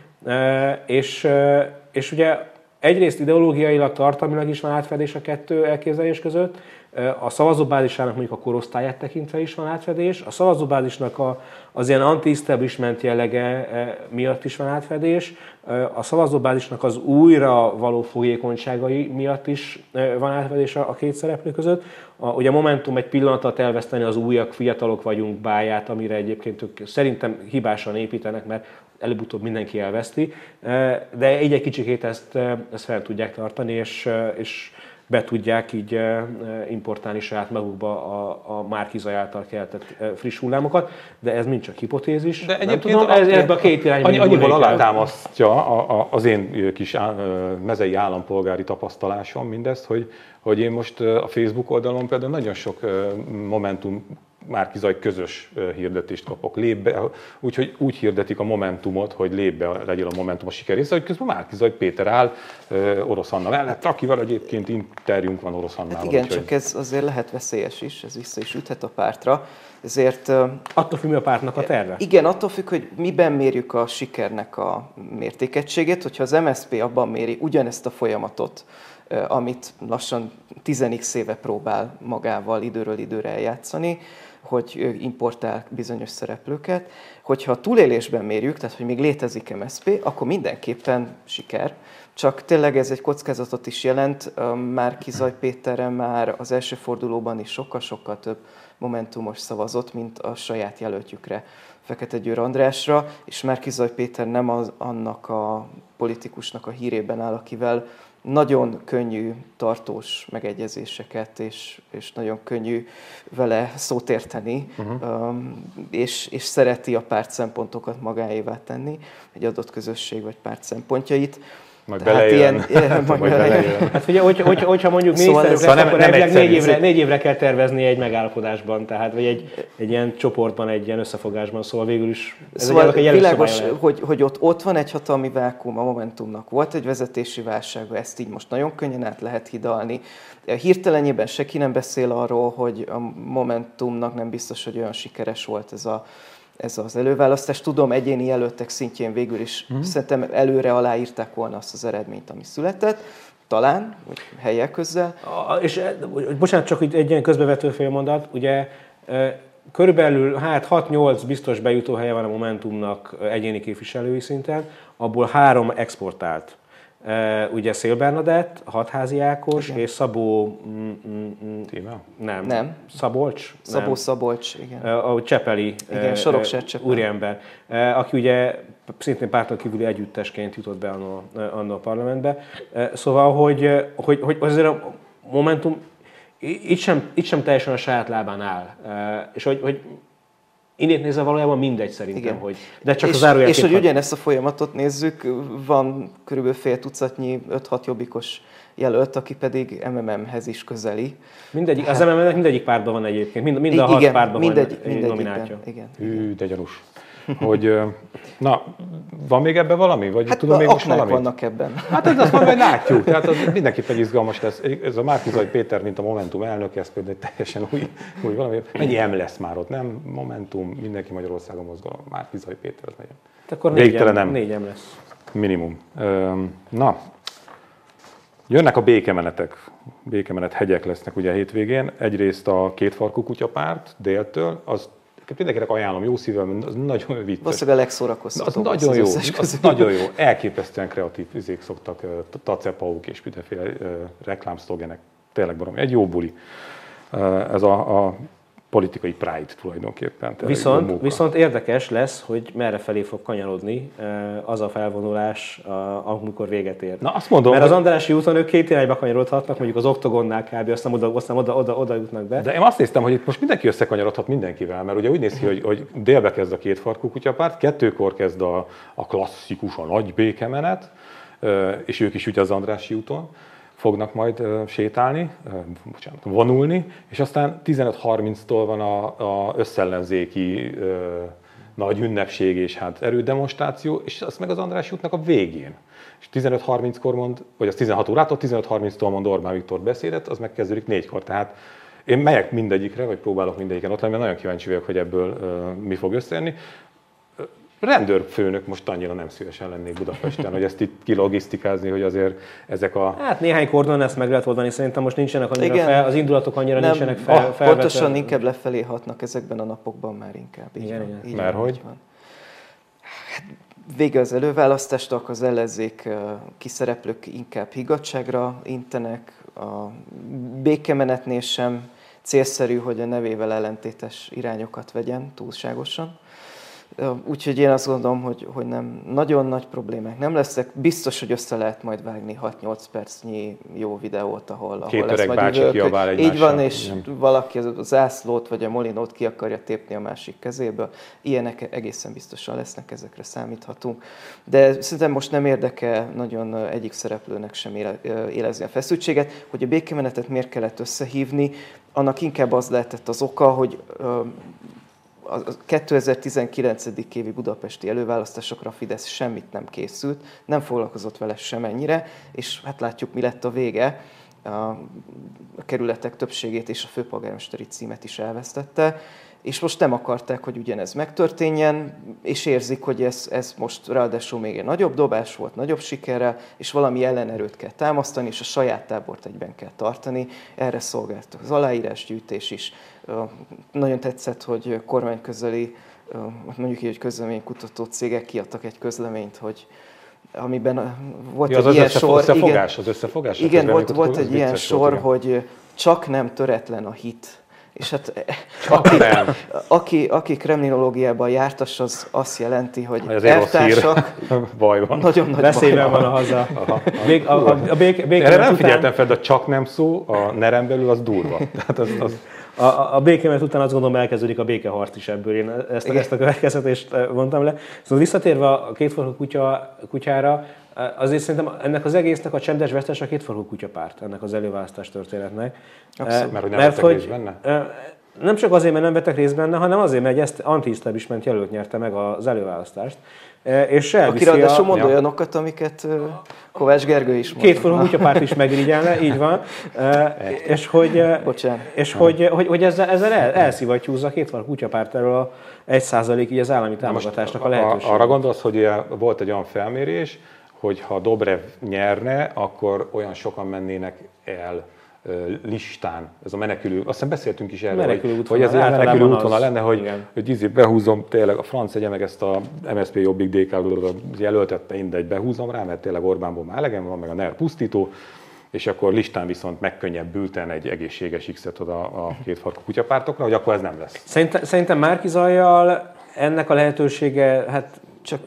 És ugye egyrészt ideológiailag, tartalmilag is van átfedés a kettő elképzelés között, a szavazóbázisának mondjuk a korosztályát tekintve is van átfedés, a szavazóbázisnak az ilyen anti-establishment jellege miatt is van átfedés, a szavazóbázisnak az újra való fogékonyságai miatt is van átfedés a két szereplő között. Ugye a Momentum egy pillanatot elveszteni az újak, fiatalok vagyunk báját, amire egyébként ők szerintem hibásan építenek, mert előbb-utóbb mindenki elveszti, de egy kicsikét ezt fel tudják tartani, és be tudják így importálni saját magukba a Márki-Zay által keltett friss hullámokat, de ez mind csak hipotézis. De egyébként ebbe a két irányba annyiból alátámasztja az én kis mezei állampolgári tapasztalásom mindezt, hogy én most a Facebook oldalon például nagyon sok Momentum Márki-Zay közös hirdetést kapok. Úgyhogy úgy hirdetik a Momentumot, hogy lép be, legyen a Momentum a sikerésze, hogy közben Márki-Zay Péter áll Orosz Anna mellett, akivel egyébként interjúnk van Orosz Annával. Hát igen, csak ez azért lehet veszélyes is, ez vissza is üthet a pártra. Ezért, attól függ, mi a pártnak a terve? Igen, attól függ, hogy miben mérjük a sikernek a mértékegységét. Hogyha az MSZP abban méri ugyanezt a folyamatot, amit lassan 10x éve próbál magával időről időre eljátszani, hogy importál bizonyos szereplőket. Hogyha a túlélésben mérjük, tehát hogy még létezik MSZP, akkor mindenképpen siker. Csak tényleg ez egy kockázatot is jelent. Márki-Zay Péterre már az első fordulóban is sokkal-sokkal több momentumos szavazott, mint a saját jelöltjükre, Fekete Győr Andrásra, és Márki-Zay Péter nem annak a politikusnak a hírében áll, akivel nagyon könnyű tartós megegyezéseket, és nagyon könnyű vele szót érteni, és szereti a párt szempontokat magáévá tenni, egy adott közösség vagy párt szempontjait. Majd belejön. Hát ugye, hogyha mondjuk miniszterük lesz, akkor elvileg 4 évre kell tervezni egy megállapodásban, tehát vagy egy ilyen csoportban, egy ilyen összefogásban, szóval végül is ez szóval egy világos, hogy ott van egy hatalmi vákuum a Momentumnak, volt egy vezetési válság, ezt így most nagyon könnyen át lehet hidalni. Hirtelenjében senki nem beszél arról, hogy a Momentumnak nem biztos, hogy olyan sikeres volt ez az előválasztás. Tudom, egyéni jelöltek szintjén végül is szerintem előre aláírták volna azt az eredményt, ami született. Talán, vagy helyek közzel. És bocsánat, csak egy ilyen közbevető félmondat, ugye körülbelül 6-8 biztos bejutó helye van a Momentumnak egyéni képviselői szinten, abból 3 exportált. Ugye Szél Bernadett, Hatházi Ákos és Szabó... Nem. Szabolcs? Szabolcs, igen. A Csepeli úriember, aki ugye szintén párton kívüli együttesként jutott be anno a parlamentbe. Szóval, hogy azért a Momentum itt sem teljesen a saját lábán áll. És hogy innét nézve valójában mindegy szerintem, igen. Hogy... De csak az zárójelként... És hogy ugyanezt a folyamatot nézzük, van körülbelül fél tucatnyi 5-6 jobbikos jelölt, aki pedig MMM-hez is közeli. Az MMM-nek mindegyik pártban van egyébként, mind a 6 pártban van nomináltja. Igen. De gyanús. Hogy, na, van még ebben valami? Vagy hát tudom még most valami? Vannak ebben. Hát azt majd látjuk. Tehát az mindenképpen izgalmas lesz. Ez a Márki-Zay Péter, mint a Momentum elnök, ez például egy teljesen új valami. Mennyi M lesz már ott, nem? Momentum, mindenki Magyarországon mozgalom. Márki-Zay Péter, az legyen. Akkor 4 M lesz. Minimum. Na, jönnek a békemenet hegyek lesznek ugye a hétvégén. Egyrészt a Kétfarkú kutyapárt déltől, az mindenkinek ajánlom, jó szívvel, az nagyon vicces. Valószínűleg a legszórakoztatóbb. Az nagyon jó, az nagyon jó. Elképesztően kreatív izék szoktak, tacepauk és mindenféle reklámszlogenek. Tényleg barom, egy jó buli. Ez a politikai pride tulajdonképpen. Viszont érdekes lesz, hogy merre felé fog kanyarodni az a felvonulás, amikor véget ér. Na, azt mondom, mert az Andrássy úton ők 2 irányba kanyarodhatnak, mondjuk az Oktogonnál kb. Aztán oda jutnak be. De én azt néztem, hogy itt most mindenki összekanyarodhat mindenkivel, mert ugye úgy néz ki, hogy délbe kezd a Kétfarkú kutyapárt, 2-kor kezd a klasszikus, a nagy békemenet, és ők is ugye az Andrássy úton fognak majd sétálni, vonulni, és aztán 15:30-tól van a összellenzéki nagy ünnepség és hát erődemonstráció, és az meg az Andrássy útnak a végén. És 15:30-kor mond, vagy az 16 órától, 15:30-tól mond Orbán Viktor beszédet, az megkezdődik 4-kor. Tehát én megyek mindegyikre, vagy próbálok mindegyiken ott lenni, mert nagyon kíváncsi vagyok, hogy ebből mi fog összejönni. Rendőrfőnök most annyira nem szívesen lennék Budapesten, hogy ezt itt kilogisztikázni, hogy azért ezek a... Hát néhány kordon ezt meg lehet oldani, szerintem most nincsenek annyira az indulatok annyira nem, nincsenek felvetve. Pontosan inkább lefelé hatnak ezekben a napokban már inkább. Igen. Mert hogy? Hát, vége az előválasztásnak, az ellenzék kiszereplők inkább higgadtságra intenek, a békemenetnél sem célszerű, hogy a nevével ellentétes irányokat vegyen túlságosan. Úgyhogy én azt gondolom, hogy nem nagyon nagy problémák nem lesznek. Biztos, hogy össze lehet majd vágni 6-8 percnyi jó videót, ahol lesz majd üvölk. Így van, és valaki az zászlót vagy a molinót ki akarja tépni a másik kezéből. Ilyenek egészen biztosan lesznek, ezekre számíthatunk. De szerintem most nem érdekel nagyon egyik szereplőnek sem élezni a feszültséget, hogy a békemenetet miért kellett összehívni. Annak inkább az lehetett az oka, hogy a 2019. évi budapesti előválasztásokra a Fidesz semmit nem készült, nem foglalkozott vele semennyire, és hát látjuk, mi lett a vége. A kerületek többségét és a főpolgármesteri címet is elvesztette, és most nem akarták, hogy ugyanez megtörténjen, és érzik, hogy ez most ráadásul még egy nagyobb dobás volt, nagyobb sikerrel, és valami ellenerőt kell támasztani, és a saját tábort egyben kell tartani. Erre szolgált az aláírásgyűjtés is. Nagyon tetszett, hogy kormányközeli, mondjuk így, hogy közleménykutató cégek kiadtak egy közleményt, hogy amiben volt egy ilyen sor. Az összefogás? Igen, volt egy ilyen sor, hogy csak nem töretlen a hit. És hát aki kremlinológiában jártas, az azt jelenti, hogy eltársak, baj van. Nagyon nagy veszélyben van a haza. Erre nem figyeltem fel, de a csak nem szó, a nerem belül az durva. Tehát A békemenet után azt gondolom elkezdődik a békeharc is ebből. Én ezt a következtetést mondtam le. Szóval visszatérve a kétfarkú kutyára, azért szerintem ennek az egésznek a csendes vesztes a kétfarkú kutyapárt, ennek az előválasztás történetnek. Abszolút. Mert hogy nem vettek részt benne? Nem csak azért, mert nem vettek részt benne, hanem azért, mert egy anti-establishment jelölt nyerte meg az előválasztást. És aki ráadásul mond olyanokat, amiket Kovács Gergő is mond. Kétfarkú kutyapárt is megirigyelne, így van. És hogy ezzel elszivattyúzza a kétfarkú kutyapárt erről a 1% így az állami támogatásnak a lehetőség. Arra gondolsz, hogy volt egy olyan felmérés, hogy ha Dobrev nyerne, akkor olyan sokan mennének el listán, ez a menekülő, azt hiszem beszéltünk is erről, hogy ez a menekülő útvonal lenne, hogy behúzom tényleg, a franc egye meg ezt a MSZP Jobbik DK jelöltette, mindegy, behúzom rá, mert tényleg Orbánból már elegem van, meg a NER pusztító, és akkor listán viszont megkönnyebbülten egy egészséges X-et oda a kétfarkú kutyapártokra, hogy akkor ez nem lesz. Szerintem Márki Zajjal ennek a lehetősége hát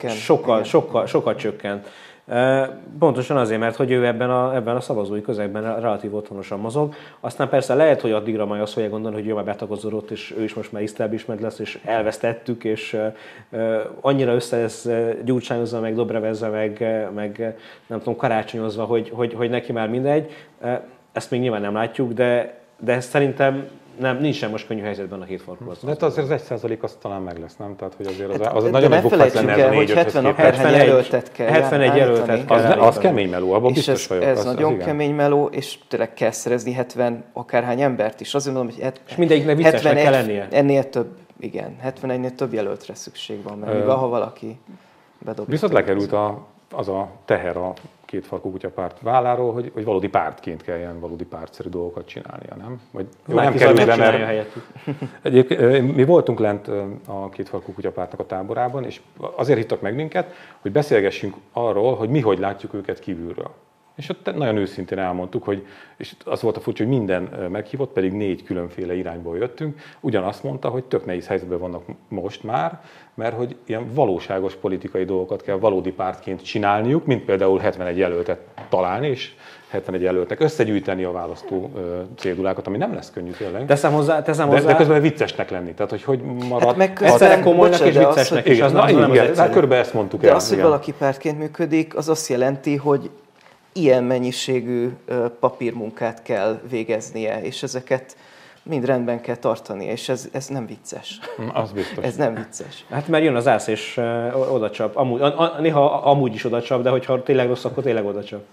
sokkal csökkent. Pontosan azért, mert hogy ő ebben a szavazói közegben relatív otthonosan mozog. Aztán persze lehet, hogy addigra majd azt fogja gondolni, hogy jó, már betagozódott, és ő is most már establishment lesz, és elvesztettük, és annyira össze lesz gyurcsányozva, meg dobrevezve, meg nem tudom, karácsonyozva, hogy neki már mindegy. Ezt még nyilván nem látjuk, de szerintem nincs sem most könnyű helyzetben a kétfarkú. De azért az 1% az talán meg lesz, nem? Tehát, hogy azért az nagyon nagy bukfát lenne ez a 4-5-höz 70 jelöltet kell 71 jelöltet kell. Az kemény meló, abban biztos vagyok. Ez nagyon kemény meló, és tényleg kell szerezni 70 akárhány embert is. Azért mondom, hogy és mindegyiknek viccesnek kell lennie. Ennél több, igen, 71-nél több jelöltre szükség van, mert ha valaki bedobja. Viszont lekerült az a teher a kétfarkú kutyapárt válláról, hogy valódi pártként kelljen valódi pártszerű dolgokat csinálnia, nem? Vagy nem kerül be, mert egyébként mi voltunk lent a kétfarkú kutyapártnak a táborában, és azért hittak meg minket, hogy beszélgessünk arról, hogy mi hogy látjuk őket kívülről. És ott nagyon őszintén elmondtuk, hogy, és az volt a furcsa, hogy minden meghívott, pedig 4 különféle irányból jöttünk, ugyanazt mondta, hogy tök nehéz helyzetben vannak most már, mert hogy ilyen valóságos politikai dolgokat kell valódi pártként csinálniuk, mint például 71 jelöltet találni, és 71 jelöltnek összegyűjteni a választó cédulákat, ami nem lesz könnyű tényleg. Teszem hozzá. De közben viccesnek lenni, tehát hogy marad. Hát egyszerre komolynak és viccesnek is, az nem egyszerű. Körülbelül ezt mondtuk el. De az, hogy valaki pártként működik, az azt jelenti, hogy ilyen mennyiségű papírmunkát kell végeznie, és ezeket mind rendben kell tartani, és ez nem vicces. Az biztos. Ez nem vicces. Hát mert jön az ász, és odacsap. Néha amúgy is odacsap, de hogyha tényleg rossz, akkor tényleg odacsap.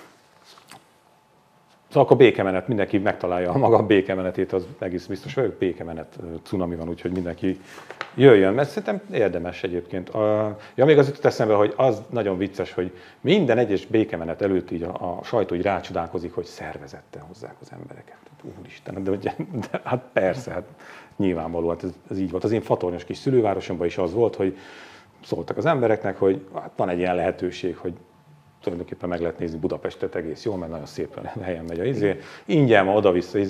Szóval akkor békemenet, mindenki megtalálja a maga békemenetét, az egész biztos vagyok, békemenet cunami van, úgyhogy mindenki jöjjön, mert szerintem érdemes egyébként. Még az jutott eszembe, hogy az nagyon vicces, hogy minden egyes békemenet előtt így a sajtó így rácsodálkozik, hogy szervezettel hozzák az embereket. Úristen, de hát persze, hát nyilvánvalóan ez így volt. Az én fatornyos kis szülővárosomban is az volt, hogy szóltak az embereknek, hogy hát van egy ilyen lehetőség, hogy tulajdonképpen meg lehet nézni Budapestet egész jól, mert nagyon szépen helyen megy a ingyen ma oda-vissza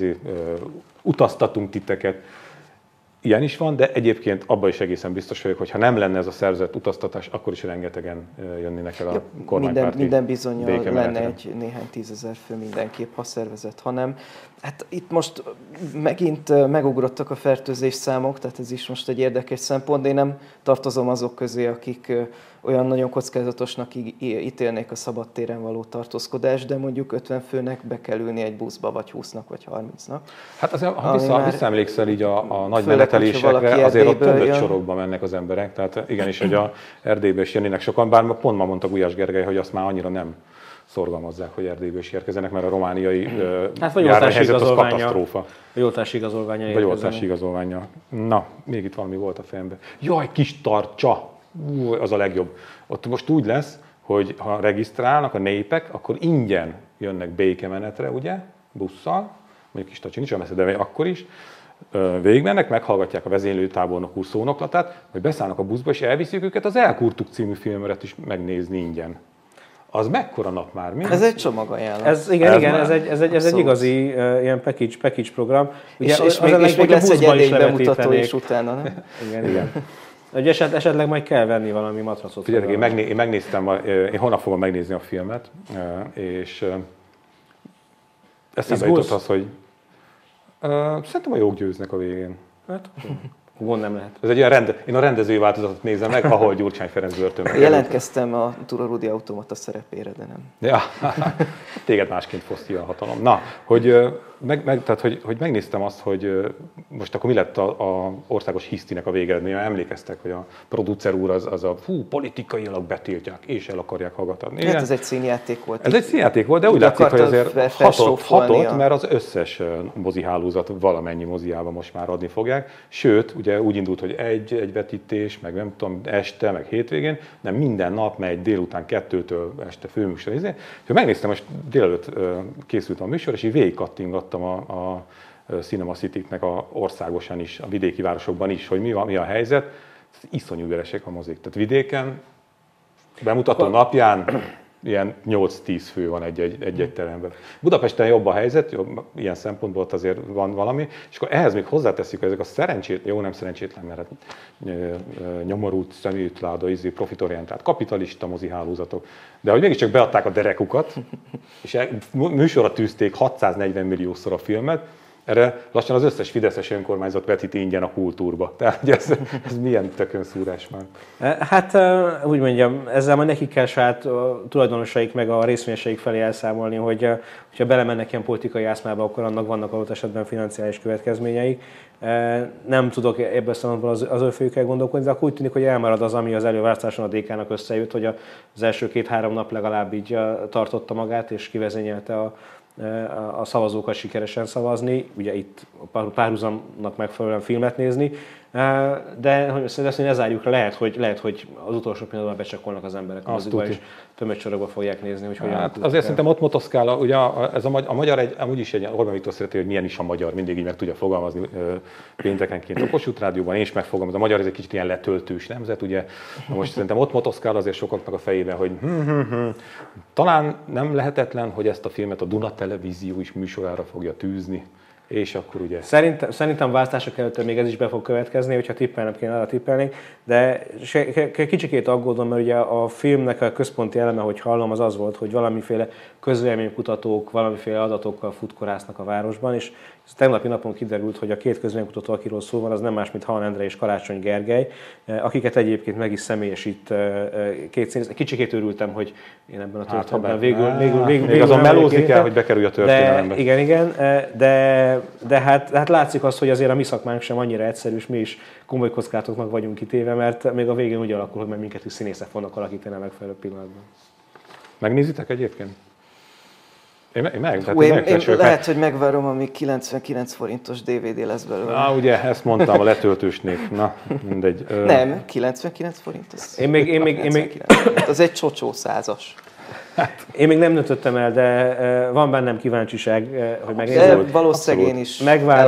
utaztatunk titeket. Ilyen is van, de egyébként abban is egészen biztos vagyok, hogy ha nem lenne ez a szervezett utaztatás, akkor is rengetegen jönnének el a kormánypárti minden bizonnyal lenne egy néhány 10 000 fő mindenképp, ha szervezett, hanem hát itt most megint megugrottak a fertőzés számok, tehát ez is most egy érdekes szempont, de én nem tartozom azok közé, akik olyan nagyon kockázatosnak ítélnék a szabadtéren való tartózkodást, de mondjuk 50 főnek be kell ülni egy buszba, vagy 20-nak, vagy 30-nak. Hát azért, ha visszaemlékszel így a nagy menetelésekre, azért ott többet sorokba mennek az emberek, tehát igenis, hogy a Erdélybe is jönnének sokan, bár pont ma mondta Gulyás Gergely, hogy azt már annyira nem szorgalmazzák, hogy Erdélyből is érkezenek, mert a romániai járványhelyzet az katasztrófa. Vagy oltási igazolványa. Vagy oltási igazolványa. Na, még itt valami volt a fejemben. Jaj, Kis Tarcsa! Az a legjobb. Ott most úgy lesz, hogy ha regisztrálnak a népek, akkor ingyen jönnek békemenetre, ugye, busszal, mondjuk Kis Tarcsi nincs olyan messze, de akkor is, végigmennek, meghallgatják a vezénylőtábornok úr szónoklatát, vagy beszállnak a buszba, és elviszik őket az Elkurtuk című filmet is megnézni ingyen. Az mekkora nap már, mi? Ez egy csomagajánlat. Ez egy igazi ilyen package program. Ugye, és még lesz egy elég bemutató is utána, nem? Igen. Ugye esetleg majd kell venni valami matracot. Figyeljetek, én megnéztem, én holnap fogom megnézni a filmet, és eszembe jutott az, hogy Szerintem a jók győznek a végén. Hát, gond nem lehet. Ez egy olyan én a rendezői változatot nézem meg, ahol Gyurcsány Ferenc börtönbe került. Jelentkeztem a Tura Rudi automata szerepére, de nem. Ja, téged másként fosztja a hatalom. Na, hogy megnéztem azt, hogy most akkor mi lett a országos hisztinek a végeredménye. Emlékeztek, hogy a producer úr az politikailag betiltják, és el akarják hallgatni. Hát ez egy színjáték volt. Ez egy színjáték volt, de úgy látszik, hogy azért hatott, mert az összes mozihálózat valamennyi moziában most már adni fogják. Sőt, ugye úgy indult, hogy egy vetítés, meg nem tudom, este, meg hétvégén, de minden nap megy délután 2-től este főműsor. Úgyhogy megnéztem, most délelőtt készült a műsor, és így végigkattingattam a Cinema City-nek országosan is, a vidéki városokban is, hogy mi a helyzet. Iszonyú üresek a mozik. Tehát vidéken bemutató napján ilyen 8-10 fő van egy teremben. Budapesten jobb a helyzet, jobb, ilyen szempontból azért van valami, és akkor ehhez még hozzáteszük, hogy ezek a szerencsétlen, jó nem szerencsétlen, mert nyomorult, szemétláda, profitorientált, kapitalista mozihálózatok, de hogy mégiscsak beadták a derekukat, és műsorra tűzték 640 milliószor a filmet, erre lassan az összes fideszes önkormányzat vetíti ingyen a kultúrba. Tehát ez milyen tökönszúrás már. Hát úgy mondjam, ezzel majd nekik kell saját tulajdonosaik meg a részvényeseik felé elszámolni, hogyha belemennek ilyen politikai ászmába, akkor annak vannak adott esetben financiális következményei. Nem tudok ebből a szempontból az ő fejükkel gondolkodni, de akkor úgy tűnik, hogy elmarad az, ami az előválasztáson a DK-nak összejött, hogy az első 2-3 nap legalább így tartotta magát, és kivezényelte a szavazókat sikeresen szavazni, ugye itt a párhuzamnak megfelelően filmet nézni, de szerintem ne zárjuk le, lehet, hogy az utolsó pillanatban becsekolnak az emberek a moziba, és tömegsorokba fogják nézni, hogy hogyan. Hát azért szerintem ott motoszkál, ugye ez a magyar amúgy is egy Orbán Viktor szereti, hogy milyen is a magyar, mindig így meg tudja fogalmazni péntekenként a Kossuth Rádióban, én is megfogalmazom. A magyar ez egy kicsit ilyen letöltős nemzet, ugye. Most szerintem ott motoszkál azért sokaknak a fejében, hogy talán nem lehetetlen, hogy ezt a filmet a Duna Televízió is műsorára fogja tűzni. És akkor ugye... Szerintem választások előtt még ez is be fog következni, hogyha tippelnem kéne, arra tippelnék, de kicsikét aggódom, mert ugye a filmnek a központi eleme, hogy hallom, az volt, hogy valamiféle közvéleménykutatók, valamiféle adatokkal futkorásznak a városban, és tegnapi napon kiderült, hogy a két közvéleménykutató, akiről szó van, az nem más, mint Hahn Endre és Karácsony Gergely, akiket egyébként meg is személyesít két színész. Kicsikét örültem, hogy én ebben a történetben végül azon melózik el, hogy bekerülj a történelembe. Igen, de hát látszik az, hogy azért a mi szakmánk sem annyira egyszerű, és mi is komoly kockázatoknak vagyunk kitéve, mert még a végén úgy alakul, hogy minket is színészek fognak alakítani a megfelelő pillanatban. Megnézitek egyébként? Én lehet, hogy megvárom, amíg 99 forintos DVD lesz belőle. Na, ugye, ezt mondtam a letöltősnél. Na, mindegy. Nem, 99 forint. Az egy csocsó százas. Én még nem döntöttem el, de van bennem kíváncsiság, hogy megnézzük. Valószínűleg én is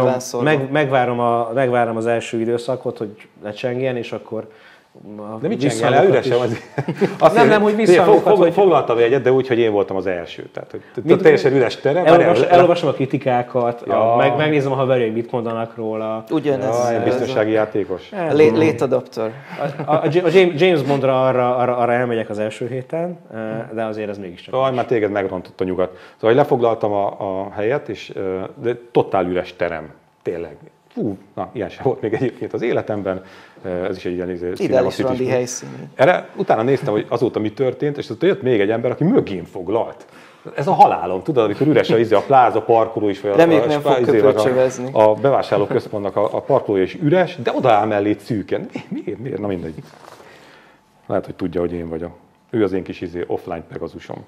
megvárom az első időszakot, hogy lecsengjen, és akkor de mit csinálj el, üresen nem, hogy visszahangokat, foglaltam egyet, de úgy, hogy én voltam az első. Tehát, hogy teljesen üres terem. Elolvasom a kritikákat, megnézem a haverjaim, mit mondanak róla. Ugyanez. Biztonsági játékos. Late adapter. A James Bondra arra elmegyek az első héten, de azért ez mégiscsak. Már téged megrontott a nyugat. Szóval lefoglaltam a helyet, de totál üres terem. Tényleg. Ilyen sem volt még egyébként az életemben. Ez is egy ilyen ideális randi helyszín. Erre utána néztem, hogy azóta mi történt, és azóta jött még egy ember, aki mögém foglalt. Ez a halálom, tudod, amikor üres a pláza parkoló is, vagy a bevásárlóközpontnak a parkolója is üres, de oda áll mellé szűken. Miért? Na mindegy. Lehet, hogy tudja, hogy én vagyok. Ő az én kis offline Pegasusom.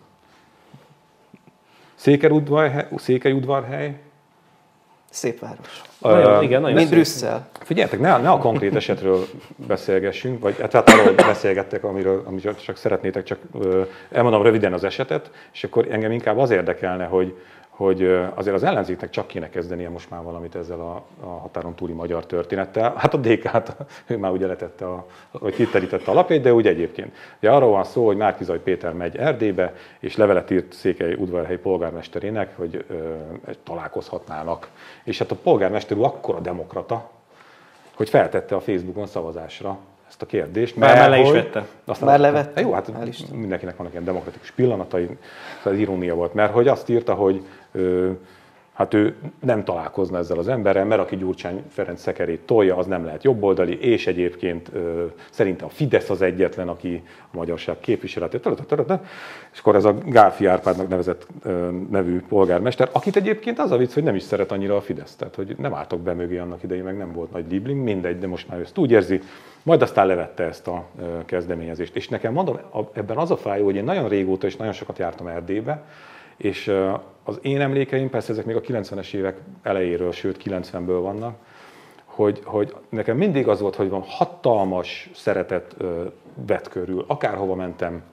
Székelyudvarhely. Szép város. Igen, mint Brüsszel. Figyeljetek, ne a konkrét esetről beszélgessünk, vagy hát arról beszélgettek, amiről csak szeretnétek, csak elmondom röviden az esetet, és akkor engem inkább az érdekelne, hogy azért az ellenzéknek csak kéne kezdenie most már valamit ezzel a határon túli magyar történettel. Hát a DK-t, ő már ugye letette, vagy kiterítette a lapjait, de úgy egyébként. Ugye arról van szó, hogy Márki-Zay Péter megy Erdélybe, és levelet írt Székelyudvarhely polgármesterének, hogy találkozhatnának. És hát a polgármester úr akkora demokrata, hogy feltette a Facebookon szavazásra ezt a kérdést. Már le is vette. Már levette? Jó, hát mindenkinek vannak ilyen demokratikus pillanatai, az irónia volt, mert hogy azt írta, hogy Hát ő nem találkozna ezzel az emberrel, mert aki Gyurcsány Ferenc szekerét tolja, az nem lehet jobboldali, és egyébként szerintem a Fidesz az egyetlen, aki a magyarság képviseletét, és akkor ez a Gálfi Árpádnak nevezett nevű polgármester, akit egyébként az a vicc, hogy nem is szeret annyira a Fidesz, tehát hogy nem álltok be mögé annak idején, meg nem volt nagy libling, mindegy, de most már ezt úgy érzi, majd aztán levette ezt a kezdeményezést. És nekem mondom, ebben az a fájó, hogy én nagyon régóta és nagyon sokat jártam Erdélybe, és az én emlékeim, persze ezek még a 90-es évek elejéről, sőt 90-ből vannak, hogy nekem mindig az volt, hogy van hatalmas szeretet vett körül, akárhova mentem,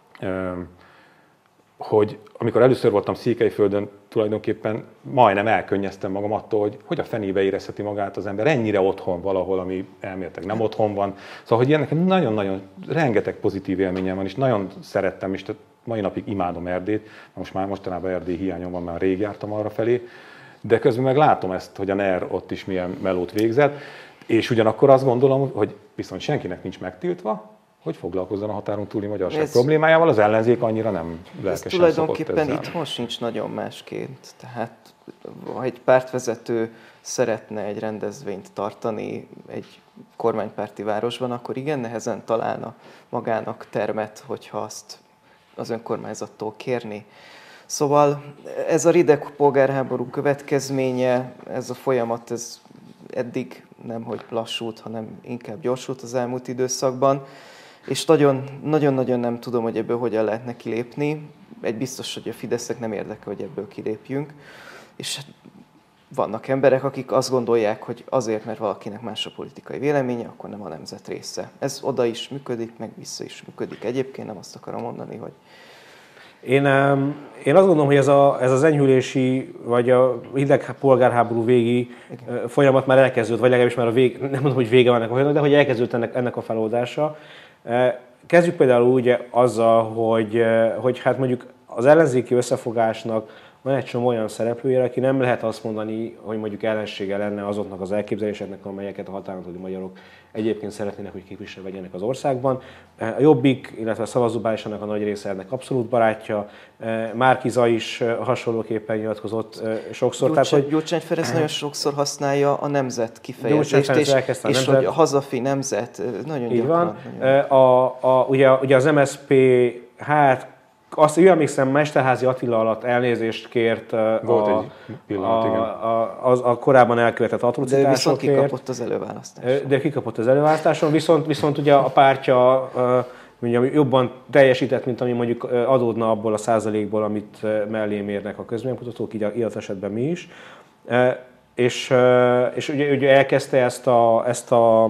hogy amikor először voltam Székelyföldön, tulajdonképpen majdnem elkönnyeztem magam attól, hogy a fenébe érezheti magát az ember ennyire otthon valahol, ami elméletileg nem otthon van. Szóval, hogy ilyen nekem nagyon-nagyon rengeteg pozitív élményem van, és nagyon szerettem, és mai napig imádom Erdélyt, most már mostanában Erdély hiányom van, már rég jártam arra felé, de közben meg látom ezt, hogy a NER ott is milyen melót végzett, és ugyanakkor azt gondolom, hogy viszont senkinek nincs megtiltva, hogy foglalkozzon a határon túli magyarság problémájával, az ellenzék annyira nem lelkesen szokott ezzel. Tulajdonképpen itthon sincs nagyon másként, tehát ha egy pártvezető szeretne egy rendezvényt tartani egy kormánypárti városban, akkor igen nehezen találna magának termet, hogyha azt az önkormányzattól kérni. Szóval ez a rideg polgárháború következménye, ez a folyamat, ez eddig nemhogy lassult, hanem inkább gyorsult az elmúlt időszakban, és nagyon-nagyon nem tudom, hogy ebből hogyan lehetne kilépni. Egy biztos, hogy a Fidesznek nem érdekel, hogy ebből kilépjünk, és vannak emberek, akik azt gondolják, hogy azért, mert valakinek más a politikai véleménye, akkor nem a nemzet része. Ez oda is működik, meg vissza is működik. Egyébként nem azt akarom mondani, hogy... Én azt gondolom, hogy ez az enyhülési, vagy a hideg polgárháború végi folyamat már elkezdődött, vagy legalábbis már nem mondom, hogy vége van ennek a folyamatnak, de hogy elkezdődött ennek a feloldása. Kezdjük például úgy azzal, hogy hát mondjuk az ellenzéki összefogásnak van egy csomó olyan szereplője, aki nem lehet azt mondani, hogy mondjuk ellensége lenne azoknak az elképzeléseknek, amelyeket a határon túli magyarok egyébként szeretnének, hogy képviselve legyenek az országban. A Jobbik, illetve a szavazóbázisának a nagy része ennek abszolút barátja. Márki-Zay is hasonlóképpen nyilatkozott sokszor. Gyurcsány Ferenc nagyon sokszor használja a nemzet kifejezést, és hogy a hazafi nemzet nagyon így gyakran. Van. Ugye az MSZP, hát azt jól emlékszem, Mesterházy Attila alatt elnézést kért a korábban elkövetett atrocitásokért. De viszont kikapott az előválasztáson. De kikapott az előválasztáson, viszont ugye a pártja jobban teljesített, mint ami mondjuk adódna abból a százalékból, amit mellé mérnek a közvéleménykutatók, így ilyen esetben mi is. És ugye elkezdte ezt a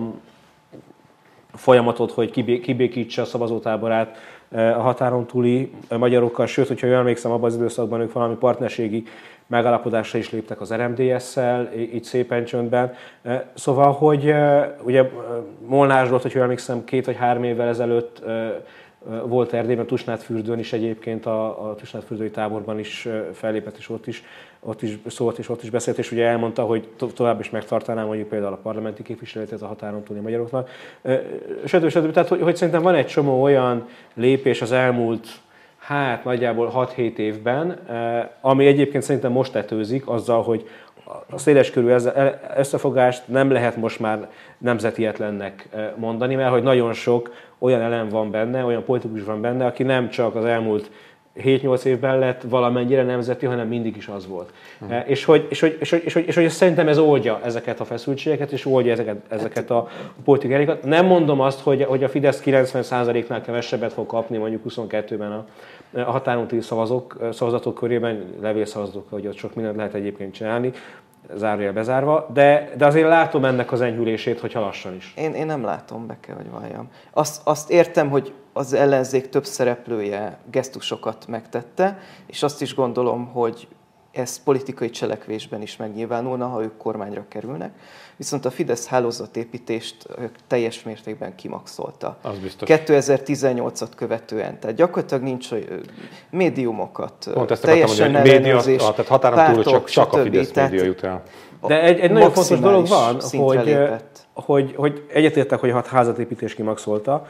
folyamatot, hogy kibékítse a szavazótáborát a határon túli magyarokkal, sőt, hogyha jól emlékszem, abban az időszakban ők valami partnerségi megállapodásra is léptek az RMDS-szel, így szépen csöndben. Szóval, hogy ugye Molnár Zsolt, hogyha jól emlékszem, 2 vagy 3 évvel ezelőtt volt Erdélyben, Tusnádfürdőn is egyébként, a Tusnádfürdői táborban is fellépett, és ott is szólt, és ott is beszélt, és ugye elmondta, hogy tovább is megtartanám mondjuk például a parlamenti képviseletét a határon túli magyaroknak. Stb. Tehát, hogy szerintem van egy csomó olyan lépés az elmúlt, nagyjából 6-7 évben, ami egyébként szerintem most tetőzik azzal, hogy a széleskörű összefogást nem lehet most már nemzetietlennek mondani, mert hogy nagyon sok olyan elem van benne, olyan politikus van benne, aki nem csak az elmúlt 7-8 évben lett valamennyire nemzeti, hanem mindig is az volt. És hogy szerintem ez oldja ezeket a feszültségeket, és oldja ezeket a politikákat. Nem mondom azt, hogy a Fidesz 90%-nál kevesebbet fog kapni mondjuk 22-ben a határon túli szavazatok körében, levélszavazatok, hogy ott sok mindent lehet egyébként csinálni, zárójel bezárva, de azért látom ennek az enyhülését, hogyha lassan is. Én nem látom, be kell, hogy valljam. Azt értem, hogy az ellenzék több szereplője gesztusokat megtette, és azt is gondolom, hogy ez politikai cselekvésben is megnyilvánulna, ha ők kormányra kerülnek. Viszont a Fidesz hálózatépítést teljes mértékben kimaxolta. 2018-at követően. Tehát gyakorlatilag nincs médiumokat, teljesen ellenőrzés, tehát határon túl csak a Fidesz média jut el. De egy nagyon fontos dolog van, hogy egyetértek, hogy a hálózatépítést kimaxolta,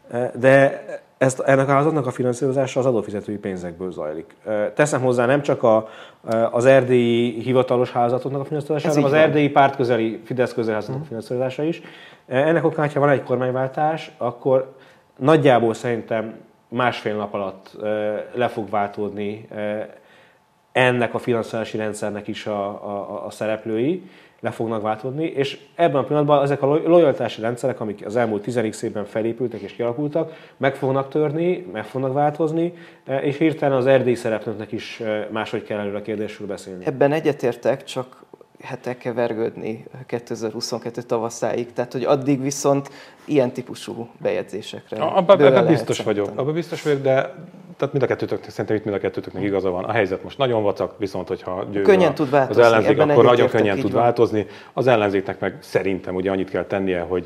de ennek a házatnak a finanszírozása az adófizetői pénzekből zajlik. Teszem hozzá nem csak az erdélyi hivatalos házatoknak a finanszírozása, hanem az erdélyi pártközeli, Fidesz közeli házatok a finanszírozása is. Ennek okán, ha van egy kormányváltás, akkor nagyjából szerintem másfél nap alatt le fog váltódni ennek a finanszírozási rendszernek is a szereplői, le fognak váltódni, és ebben a pillanatban ezek a lojalitási rendszerek, amik az elmúlt 10 évben felépültek és kialakultak, meg fognak törni, meg fognak változni, és hirtelen az erdélyi szereplőknek is máshogy kell előre a kérdésről beszélni. Ebben egyetértek, csak hát el kell vergődni 2022 tavaszáig, tehát hogy addig viszont ilyen típusú bejegyzésekre. Abban biztos vagyok, de tehát szerintem mind a kettőtöknek igaza van. A helyzet most nagyon vacak, viszont hogyha könnyen tud változni, az ellenzék, akkor nagyon könnyen tud változni. Az ellenzéknek meg szerintem ugye annyit kell tennie, hogy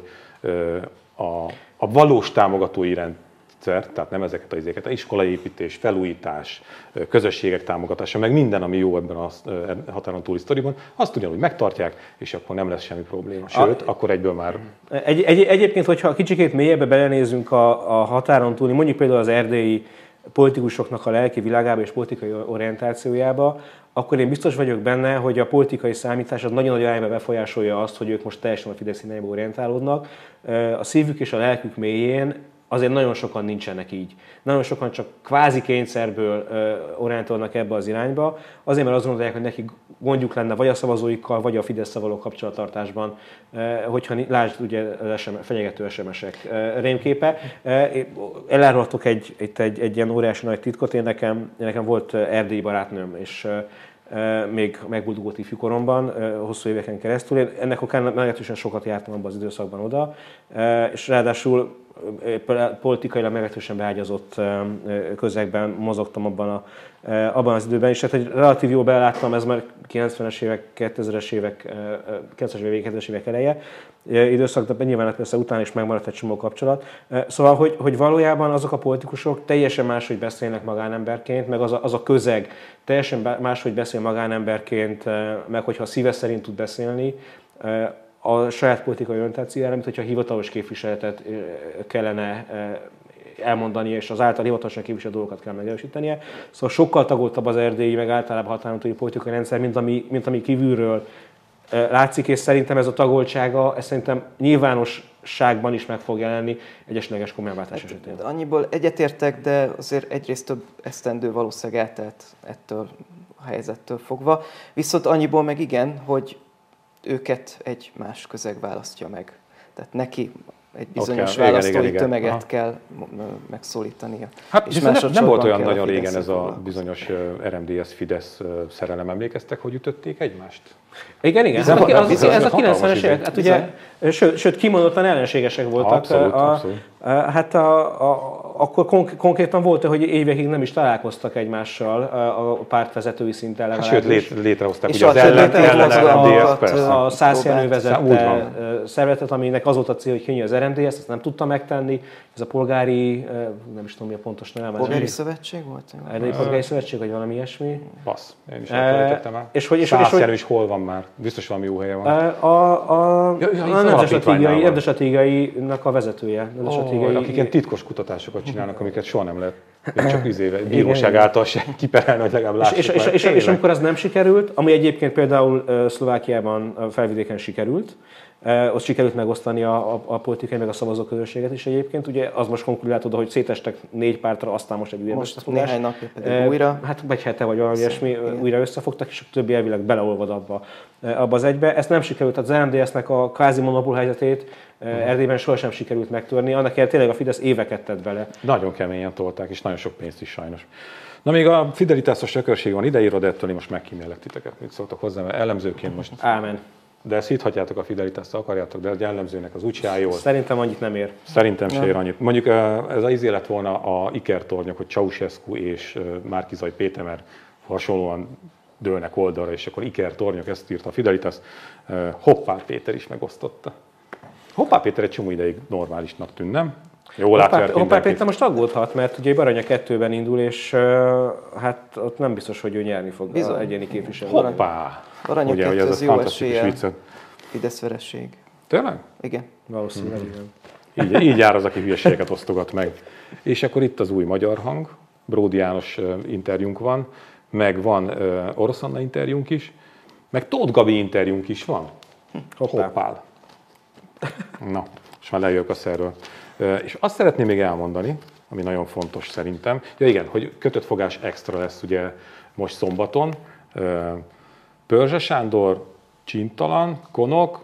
a valós támogatói rendszer, tehát nem ezeket az izéket, iskolaépítés, felújítás, közösségek támogatása, meg minden, ami jó ebben a határon túli sztoriban, azt ugyanúgy megtartják, és akkor nem lesz semmi probléma. Sőt, akkor egyből már... Egyébként, hogyha kicsikét mélyebbre belenézünk a határon túli, mondjuk például az erdélyi politikusoknak a lelki világába és politikai orientációjába, akkor én biztos vagyok benne, hogy a politikai számítás az nagyon nagy arányban befolyásolja azt, hogy ők most teljesen a Fidesz irányába orientálódnak. A szívük és a lelkük mélyén azért nagyon sokan nincsenek így. Nagyon sokan csak kvázi kényszerből orientálódnak ebbe az irányba, azért mert azt gondolják, hogy nekik gondjuk lenne vagy a szavazóikkal, vagy a Fidesz-szel való kapcsolattartásban, hogyha lásd ugye fenyegető SMS-ek rémképe. Elárulhatok egy ilyen óriási nagy titkot, nekem volt erdélyi barátnőm, és még megboldogult ifjúkoromban, hosszú éveken keresztül. Én ennek okán meglehetősen sokat jártam abban az időszakban oda, és ráadásul politikailag meglehetősen beágyazott közegben mozogtam abban az időben, és hát egy relatív jól beláttam, ez már 90-es évek, 2000-es évek, 90-es évek eleje időszak, de nyilván persze utána is megmaradt egy csomó kapcsolat. Szóval, hogy valójában azok a politikusok teljesen máshogy beszélnek magánemberként, meg az a közeg teljesen máshogy beszél magánemberként, meg hogyha szíve szerint tud beszélni, a saját politikai orientációjára, mint hogyha hivatalos képviseletet kellene elmondani, és az által hivatalosan képviselt dolgokat kell megerősítenie. Szóval sokkal tagoltabb az erdélyi, meg általában határon túli politikai rendszer, mint ami kívülről látszik, és szerintem ez a tagoltsága, ez szerintem nyilvánosságban is meg fog jelenni egy esetleges kormányváltás esetén. Annyiból egyetértek, de azért egyrészt több esztendő valószínűleg eltelt ettől a helyzettől fogva. Viszont annyiból meg igen, hogy őket egy más közeg választja meg. Tehát neki egy bizonyos választói tömeget kell megszólítania. Hát és nem volt olyan nagyon régen ez a bizonyos RMDSZ-Fidesz szerelem, emlékeztek, hogy ütötték egymást? Igen. Ez a 90-es évek. Hát ugye, sőt, kimondottan ellenségesek voltak. Abszolút. Hát akkor konkrétan volt, hogy évekig nem is találkoztak egymással a pártvezetői szinten legalábbis. Sőt, létrehozták ugye az RMDSZ, persze. A Szász Jenő vezette szervezetet, aminek az volt a cél, hogy kinyitja az RMDSZ, ezt nem tudta megtenni. Ez a polgári, nem is tudom mi a pontos neve. Polgári szövetség volt? Erdélyi Polgári Szövetség, vagy valami ilyesmi. Bassz, én is elfelejtettem el. Szász Jenő is hol van már? Biztos valami jó helye van. A Nemzetstratégiainak a vezetője. Akik ilyen titkos kutatásokat csinálnak, amiket soha nem lehet csak bíróság által se kiperelni, hogy legalább lássuk. És amikor ez nem sikerült, ami egyébként például Szlovákiában, felvidéken sikerült, ott sikerült megosztani a politikai meg a szavazóközösséget is egyébként. Ugye az most konkludáltad, hogy szétestek 4 pártra, aztán most egy újabb összefogás. Néhány napja pedig újra. Hát vagy hete, vagy valami ilyesmi, újra összefogtak, és a többi elvileg beleolvad abba az egybe. Ezt nem sikerült, az RMDSZ-nek a kvázi monopól helyzetét Erdélyben sohasem sikerült megtörni, annak ellenére tényleg a Fidesz éveket tett bele. Nagyon keményen tolták, és nagyon sok pénzt is sajnos. Na még a fidelitásos tökörség van ideírva, de ettől én most megkímélek titeket. Mit szóltok hozzá, mert elemzőként most... Ámen. De ezt hitthatjátok a fidelitást, akarjátok, de a jellemzőnek az úgy se áll jól. Szerintem annyit nem ér. Szerintem se ér annyit. Mondjuk ez az izé lett volna a ikertornyok, hogy Ceausescu és Márki-Zay Péter hasonlóan dőlnek oldalra, és akkor ikertornyok, ezt írta a Fidelitas. Hoppá Péter is megosztotta. Hoppá Péter egy csomó ideig normálisnak tűnt, nem? Jól átvert Hoppá Péter most aggódhat, mert ugye Baranya 2-ben indul, és hát ott nem biztos, hogy ő nyerni fog az egyéni képviselő. Hoppá! Baranya 2 az jó eséllyel Fidesz vereség. Tényleg? Igen. Valószínűleg igen. Így jár az, aki hülyeségeket osztogat meg. És akkor itt az új magyar hang, Bródi János interjúnk van, meg van Orosz Anna interjúnk is, meg Tóth Gabi interjúnk is van. Hoppál. Na, és már lejövök a szerről. És azt szeretném még elmondani, ami nagyon fontos szerintem. Ja igen, hogy kötött fogás extra lesz ugye most szombaton. Pörzse Sándor, Csintalan, Konok,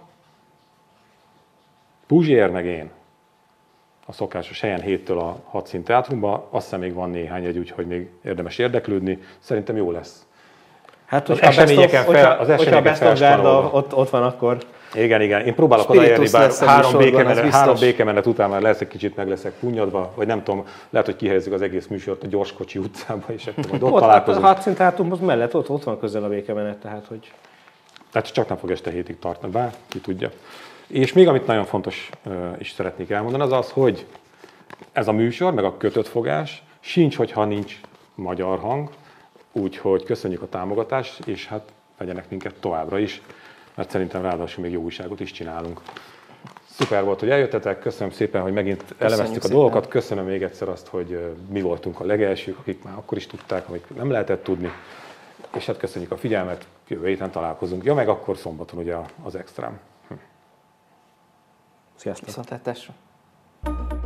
Puzsér meg én. A szokásos helyen 7-től a Hadszín Teátrumban. Azt hiszem még van néhány egy, úgyhogy még érdemes érdeklődni. Szerintem jó lesz. Hát, az eseményeken felspórolva. Ott van akkor. Igen. Én próbálok odaérni, bár 3 békemenet után már lesz egy kicsit meg leszek punnyadva, vagy nem tudom, lehet, hogy kihelyezzük az egész műsort a Gyorskocsi utcába, és akkor majd ott találkozunk. A Hadszín Teátrumhoz mellett ott van közel a békemenet, tehát hogy... Tehát csak nem fog este 7-ig tartani, bár ki tudja. És még amit nagyon fontos is szeretnék elmondani, az az, hogy ez a műsor, meg a kötött fogás sincs, hogyha nincs magyar hang, úgyhogy köszönjük a támogatást, és hát vegyenek minket továbbra is, mert szerintem ráadásul még jó újságot is csinálunk. Szuper volt, hogy eljöttetek, köszönöm szépen, hogy megint elemeztük a dolgokat, köszönöm még egyszer azt, hogy mi voltunk a legelsők, akik már akkor is tudták, amik nem lehetett tudni, és hát köszönjük a figyelmet, jövő héten találkozunk. Ja, meg akkor szombaton ugye az extrám. Sziasztok! Viszontlátásra!